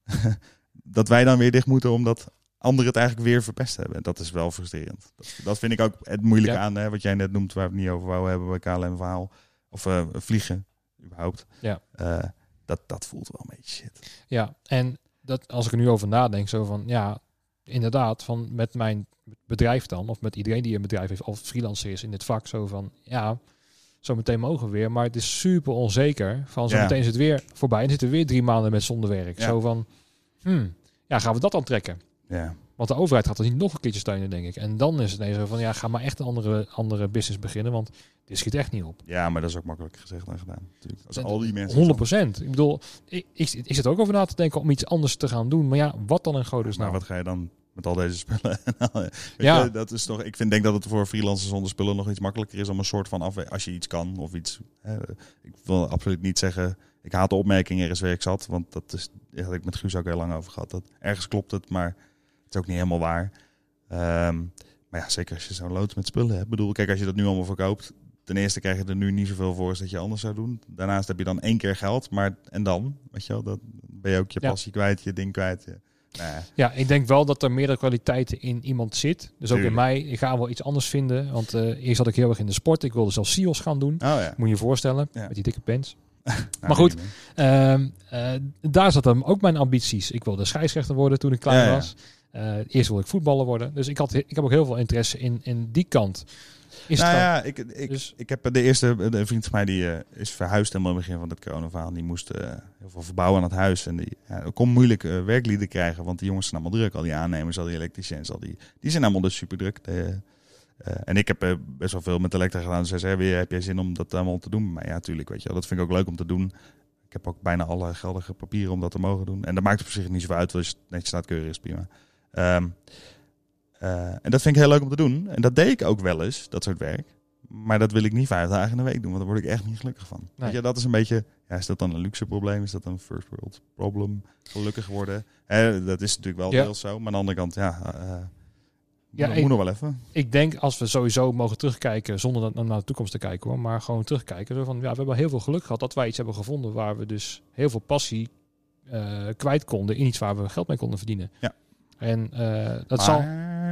Dat wij dan weer dicht moeten omdat anderen het eigenlijk weer verpest hebben. En dat is wel frustrerend. Dat, dat vind ik ook het moeilijke ja. aan, hè, wat jij net noemt, waar we het niet over wou hebben bij K L M-verhaal. Of uh, vliegen, überhaupt. Ja. Uh, dat, dat voelt wel een beetje shit. Ja, en dat, als ik er nu over nadenk, zo van, ja, inderdaad, van met mijn bedrijf dan, of met iedereen die een bedrijf heeft, of freelancer is in dit vak, zo van, ja, zo meteen mogen we weer, maar het is super onzeker. Van zo ja. meteen is het weer voorbij en zitten we weer drie maanden met zonder werk. Ja. Zo van, hmm, ja, gaan we dat dan trekken? Ja. Want de overheid gaat er niet nog een keertje steunen, denk ik. En dan is het ineens zo van, ja, ga maar echt een andere, andere business beginnen, want dit schiet echt niet op. Ja, maar dat is ook makkelijk gezegd dan gedaan. Natuurlijk. Als al die mensen honderd procent. Ik bedoel, ik, ik, ik zit ook over na te denken om iets anders te gaan doen. Maar ja, wat dan een godus nou? Maar wat ga je dan met al deze spullen? Ja. Je, dat is toch. Ik vind denk dat het voor freelancers zonder spullen nog iets makkelijker is om een soort van afwe- als je iets kan of iets. Hè, ik wil absoluut niet zeggen. Ik haat de opmerking er is werk zat, want dat is. Daar had ik met Guus ook heel lang over gehad. Dat ergens klopt het, maar het is ook niet helemaal waar. Um, maar ja, zeker als je zo'n loods met spullen hebt. Ik bedoel, kijk, als je dat nu allemaal verkoopt. Ten eerste krijg je er nu niet zoveel voor als dat je anders zou doen. Daarnaast heb je dan één keer geld, maar en dan, weet je wel, dat ben je ook je passie ja. kwijt, je ding kwijt. Je, nou ja. ja, ik denk wel dat er meerdere kwaliteiten in iemand zit. Dus ook Tuurlijk. in mij, ik ga wel iets anders vinden. Want uh, eerst zat ik heel erg in de sport. Ik wilde zelfs S E O's gaan doen. Oh, ja. Moet je je voorstellen, ja. met die dikke pants. nou, maar goed, uh, uh, daar zaten ook mijn ambities. Ik wilde scheidsrechter worden toen ik klein ja, was. Uh, eerst wilde ik voetballer worden. Dus ik, had, ik heb ook heel veel interesse in, in die kant. Is nou ja, ik, ik, dus, ik heb de eerste de vriend van mij die uh, is verhuisd helemaal in het begin van het coronaverhaal. Die moest uh, heel veel verbouwen aan het huis. En die ja, kon moeilijk uh, werklieden krijgen, want die jongens zijn allemaal druk. Al die aannemers, al die elektriciëns, al die, die zijn allemaal dus super druk. De, uh, en ik heb uh, best wel veel met elektra gedaan. Dus hij zei, weer, heb jij zin om dat allemaal te doen? Maar ja, natuurlijk, weet je wel. Dat vind ik ook leuk om te doen. Ik heb ook bijna alle geldige papieren om dat te mogen doen. En dat maakt op zich niet zoveel uit, als je netjes staat keurig is, prima. Um, Uh, en dat vind ik heel leuk om te doen. En dat deed ik ook wel eens, dat soort werk. Maar dat wil ik niet vijf dagen in de week doen, want daar word ik echt niet gelukkig van. Nee. Weet je, dat is een beetje, ja, is dat dan een luxe probleem? Is dat een first world problem? Gelukkig worden? Hè, dat is natuurlijk wel ja. deels zo. Maar aan de andere kant, ja, uh, ja moet, ik, moet nog wel even. Ik denk als we sowieso mogen terugkijken, zonder naar de toekomst te kijken hoor, maar gewoon terugkijken. Van, ja, we hebben heel veel geluk gehad dat wij iets hebben gevonden waar we dus heel veel passie uh, kwijt konden in iets waar we geld mee konden verdienen. Ja. En uh, dat maar, zal...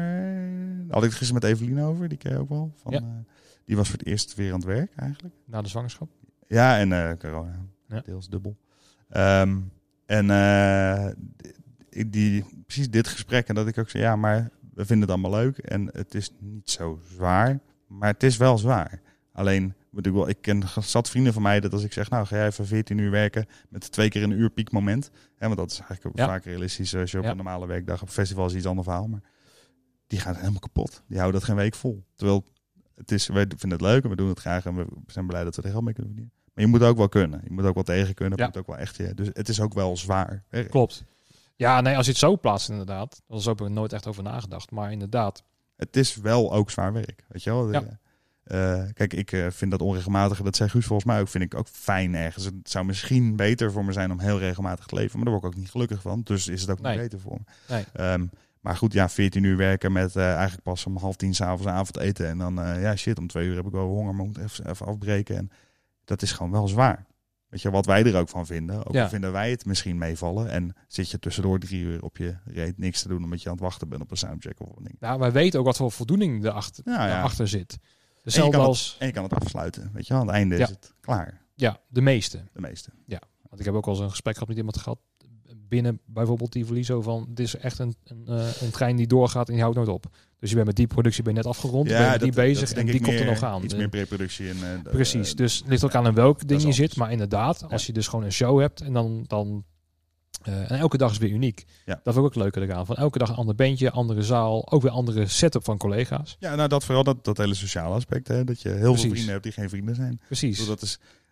had ik het gisteren met Evelien over, die ken je ook wel. Van, ja. uh, die was voor het eerst weer aan het werk eigenlijk. Na de zwangerschap? Ja, en uh, corona. Ja. Deels dubbel. Um, en uh, die, die, precies dit gesprek en dat ik ook zei, ja, maar we vinden het allemaal leuk. En het is niet zo zwaar, maar het is wel zwaar. Alleen, ik, wel, ik ken zat vrienden van mij dat als ik zeg, nou ga jij even veertien uur werken met twee keer een uur piekmoment. Hè, want dat is eigenlijk ook ja. vaak realistisch als je op ja. een normale werkdag op festival is iets ander verhaal. Maar die gaan helemaal kapot. Die houden dat geen week vol. Terwijl het is, wij vinden het leuk en we doen het graag en we zijn blij dat we er geld mee kunnen verdienen. Maar je moet ook wel kunnen. Je moet ook wel tegen kunnen. Ja. Moet ook wel echt, ja. Dus het is ook wel zwaar werk. Klopt. Ja, nee, als je het zo plaatst inderdaad. Daar heb ik er nooit echt over nagedacht. Maar inderdaad. Het is wel ook zwaar werk. Weet je wel? Ja. Uh, kijk, ik uh, vind dat onregelmatige, dat zei Guus volgens mij ook, vind ik ook fijn ergens. Het zou misschien beter voor me zijn om heel regelmatig te leven, maar daar word ik ook niet gelukkig van. Dus is het ook nee. niet beter voor me. Nee. Um, maar goed, ja, veertien uur werken met uh, eigenlijk pas om half tien 's avonds avondeten. En dan, uh, ja shit, om twee uur heb ik wel honger, maar moet even, even afbreken. En dat is gewoon wel zwaar. Weet je, wat wij er ook van vinden. Ook ja. vinden wij het misschien meevallen. En zit je tussendoor drie uur op je reet niks te doen omdat je aan het wachten bent op een soundcheck of wat ding. Nou, wij weten ook wat voor voldoening erachter, ja, ja. erachter zit. Dus en, je als... het, en je kan het afsluiten. Weet je wel, aan het einde ja. is het klaar. Ja, de meeste. De meeste. Ja, want ik heb ook al eens een gesprek gehad met iemand gehad binnen bijvoorbeeld Tivoli, zo van, het is echt een, een, uh, een trein die doorgaat en die houdt nooit op. Dus je bent met die productie ben je net afgerond, ja, ben je met die dat, bezig dat en die komt er nog aan. Iets meer preproductie. En, uh, Precies, uh, dus het ligt ook ja, aan in welk ding je zit, maar inderdaad, ja. als je dus gewoon een show hebt en dan... dan Uh, en elke dag is weer uniek. Ja. Dat vind ik ook leuk eraan. Van elke dag een ander bandje, andere zaal, ook weer andere setup van collega's. Ja, nou dat vooral dat, dat hele sociale aspect. Hè? Dat je heel Precies. veel vrienden hebt die geen vrienden zijn. Precies. Dus dat is,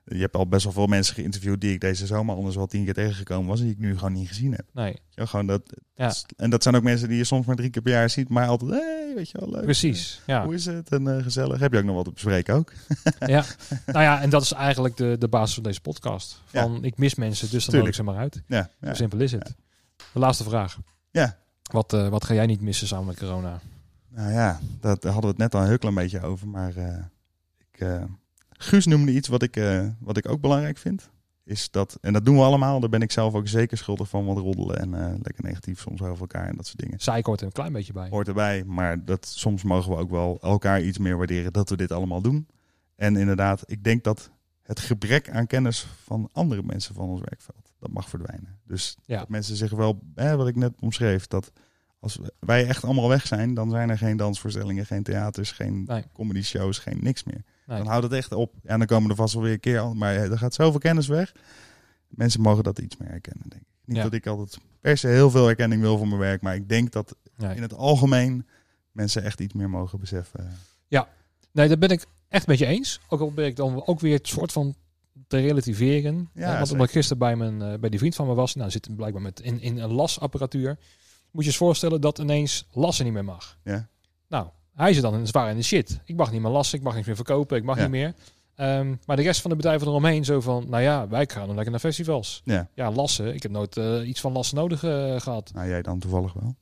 je hebt al best wel veel mensen geïnterviewd die ik deze zomer anders wel tien keer tegengekomen was en die ik nu gewoon niet gezien heb. Nee. Ja, gewoon dat, ja. En dat zijn ook mensen die je soms maar drie keer per jaar ziet, maar altijd, hey, weet je wel, leuk. Precies, ja. Hoe is het? En uh, gezellig. Heb je ook nog wat te bespreken ook? Ja, nou ja, en dat is eigenlijk de, de basis van deze podcast. Van, ja. Ik mis mensen, dus dan nodig ik ze maar uit. Ja, ja. Zo simpel is het. Ja. De laatste vraag. Ja. Wat, uh, wat ga jij niet missen samen met corona? Nou ja, dat, daar hadden we het net al een heel klein beetje over, maar uh, ik... Uh, Guus noemde iets wat ik, uh, wat ik ook belangrijk vind. Is dat, en dat doen we allemaal, daar ben ik zelf ook zeker schuldig van, wat roddelen en uh, lekker negatief soms over elkaar en dat soort dingen. Zij hoort er een klein beetje bij. Hoort erbij, maar dat, soms mogen we ook wel elkaar iets meer waarderen dat we dit allemaal doen. En inderdaad, ik denk dat het gebrek aan kennis van andere mensen van ons werkveld, dat mag verdwijnen. Dus ja. dat mensen zich wel, hè, wat ik net omschreef, dat als wij echt allemaal weg zijn, dan zijn er geen dansvoorstellingen, geen theaters, geen nee. comedy shows, geen niks meer. Nee. Dan houdt het echt op. Ja, dan komen er vast wel weer een keer al. Maar er gaat zoveel kennis weg. Mensen mogen dat iets meer herkennen, denk ik. Niet ja. dat ik altijd per se heel veel erkenning wil voor mijn werk. Maar ik denk dat nee. in het algemeen mensen echt iets meer mogen beseffen. Ja, nee, dat ben ik echt met je eens. Ook al ben ik dan ook weer het soort van te relativeren. Ja, want omdat ik gisteren bij, mijn, uh, bij die vriend van me was. Nou, zit blijkbaar met in, in een lasapparatuur. Moet je eens voorstellen dat ineens lassen niet meer mag. Ja. Nou, hij zit dan zwaar in de shit. Ik mag niet meer lassen, ik mag niks meer verkopen, ik mag ja. niet meer. Um, maar de rest van de bedrijven eromheen zo van, nou ja, wij gaan dan lekker naar festivals. Ja, ja lassen. Ik heb nooit uh, iets van lassen nodig uh, gehad. Nou, jij dan toevallig wel.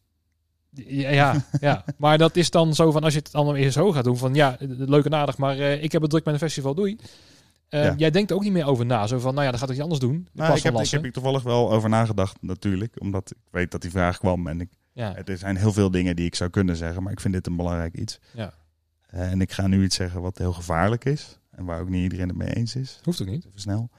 Ja, ja, ja, maar dat is dan zo van, als je het dan weer zo gaat doen, van ja, leuk en aardig, maar uh, ik heb het druk met een festival, doei. Uh, ja. Jij denkt er ook niet meer over na. Zo van, nou ja, dan gaat het je anders doen. Nou, ik, heb, ik heb er toevallig wel over nagedacht, natuurlijk. Omdat ik weet dat die vraag kwam. En ik, ja. er zijn heel veel dingen die ik zou kunnen zeggen. Maar ik vind dit een belangrijk iets. Ja. Uh, en ik ga nu iets zeggen wat heel gevaarlijk is. En waar ook niet iedereen het mee eens is. Hoeft ook niet. Even snel.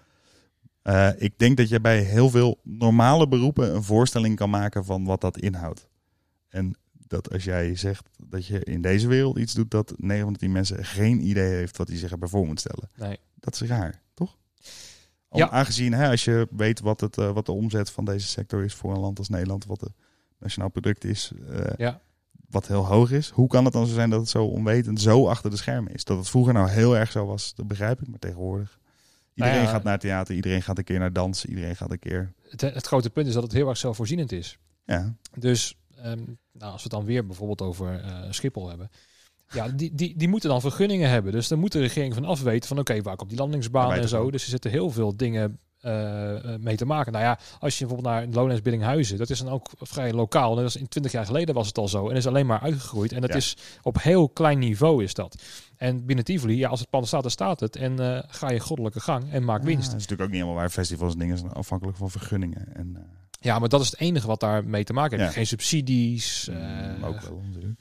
Uh, ik denk dat je bij heel veel normale beroepen een voorstelling kan maken van wat dat inhoudt. En dat als jij zegt dat je in deze wereld iets doet dat negen van de tien mensen geen idee heeft wat hij zich erbij voor moet stellen. Nee. Dat is raar, toch? Om, ja. Aangezien, hè, als je weet wat, het, uh, wat de omzet van deze sector is voor een land als Nederland, wat het nationaal product is, uh, ja. wat heel hoog is. Hoe kan het dan zo zijn dat het zo onwetend zo achter de schermen is? Dat het vroeger nou heel erg zo was, dat begrijp ik, maar tegenwoordig. Iedereen nou ja, gaat naar theater, iedereen gaat een keer naar dansen, iedereen gaat een keer... Het, het grote punt is dat het heel erg zelfvoorzienend is. Ja. Dus um, nou, als we het dan weer bijvoorbeeld over uh, Schiphol hebben. Ja, die, die, die moeten dan vergunningen hebben. Dus dan moet de regering van afweten van oké, okay, waar komt die landingsbaan en zo. Ook. Dus er zitten heel veel dingen uh, mee te maken. Nou ja, als je bijvoorbeeld naar Lowlands Biddinghuizen, dat is dan ook vrij lokaal. En dat is in twintig jaar geleden was het al zo. En is alleen maar uitgegroeid. En dat ja. is op heel klein niveau is dat. En binnen Tivoli, ja, als het pand staat, dan staat het. En uh, ga je goddelijke gang en maak winst. Ja, dat is natuurlijk ook niet helemaal waar. Festivals en dingen zijn afhankelijk van vergunningen. En, uh... Ja, maar dat is het enige wat daar mee te maken heeft. Ja. Geen subsidies. Uh, mm, ook wel natuurlijk.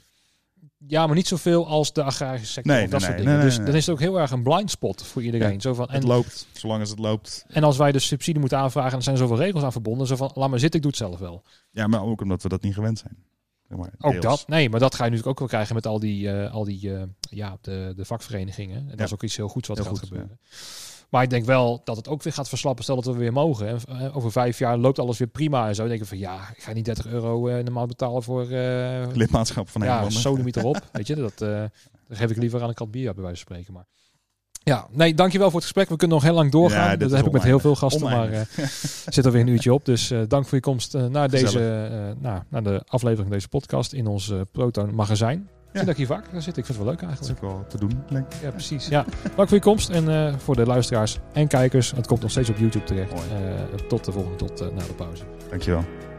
Ja, maar niet zoveel als de agrarische sector nee, of dat nee, soort nee, dingen. nee, dus nee, dan is het ook heel erg een blind spot voor iedereen. Ja, zo van, en, het loopt, zolang als het loopt. En als wij dus subsidie moeten aanvragen, dan zijn er zoveel regels aan verbonden. Zo van, laat maar zitten, ik doe het zelf wel. Ja, maar ook omdat we dat niet gewend zijn. Maar ook dat. Nee, maar dat ga je natuurlijk ook wel krijgen met al die, uh, al die uh, ja, de, de vakverenigingen. En ja. dat is ook iets heel goeds wat er gaat goed, gebeuren. Ja. Maar ik denk wel dat het ook weer gaat verslappen. Stel dat we weer mogen. En uh, over vijf jaar loopt alles weer prima en zo. Dan denk ik van ja, ik ga niet dertig euro uh, normaal betalen voor... Uh, lidmaatschap van een Ja, sodemiet erop. Weet je, dat, uh, dat geef ik liever aan een kat bier bij wijze van spreken. Maar ja, nee, dankjewel voor het gesprek. We kunnen nog heel lang doorgaan. Ja, dat heb ik met heel veel gasten. Oneindig. Maar uh, zit er weer een uurtje op. Dus uh, dank voor je komst uh, naar, deze, uh, nou, naar de aflevering van deze podcast in ons uh, Proton magazijn. Ja. Zit ik hier vaak? Daar zit ik. vind het wel leuk eigenlijk. Dat is ook wel te doen, denk ik. Ja, precies. Ja. Dank voor je komst. En uh, voor de luisteraars en kijkers. Het komt nog steeds op YouTube terecht. Uh, tot de volgende, tot uh, na de pauze. Dankjewel.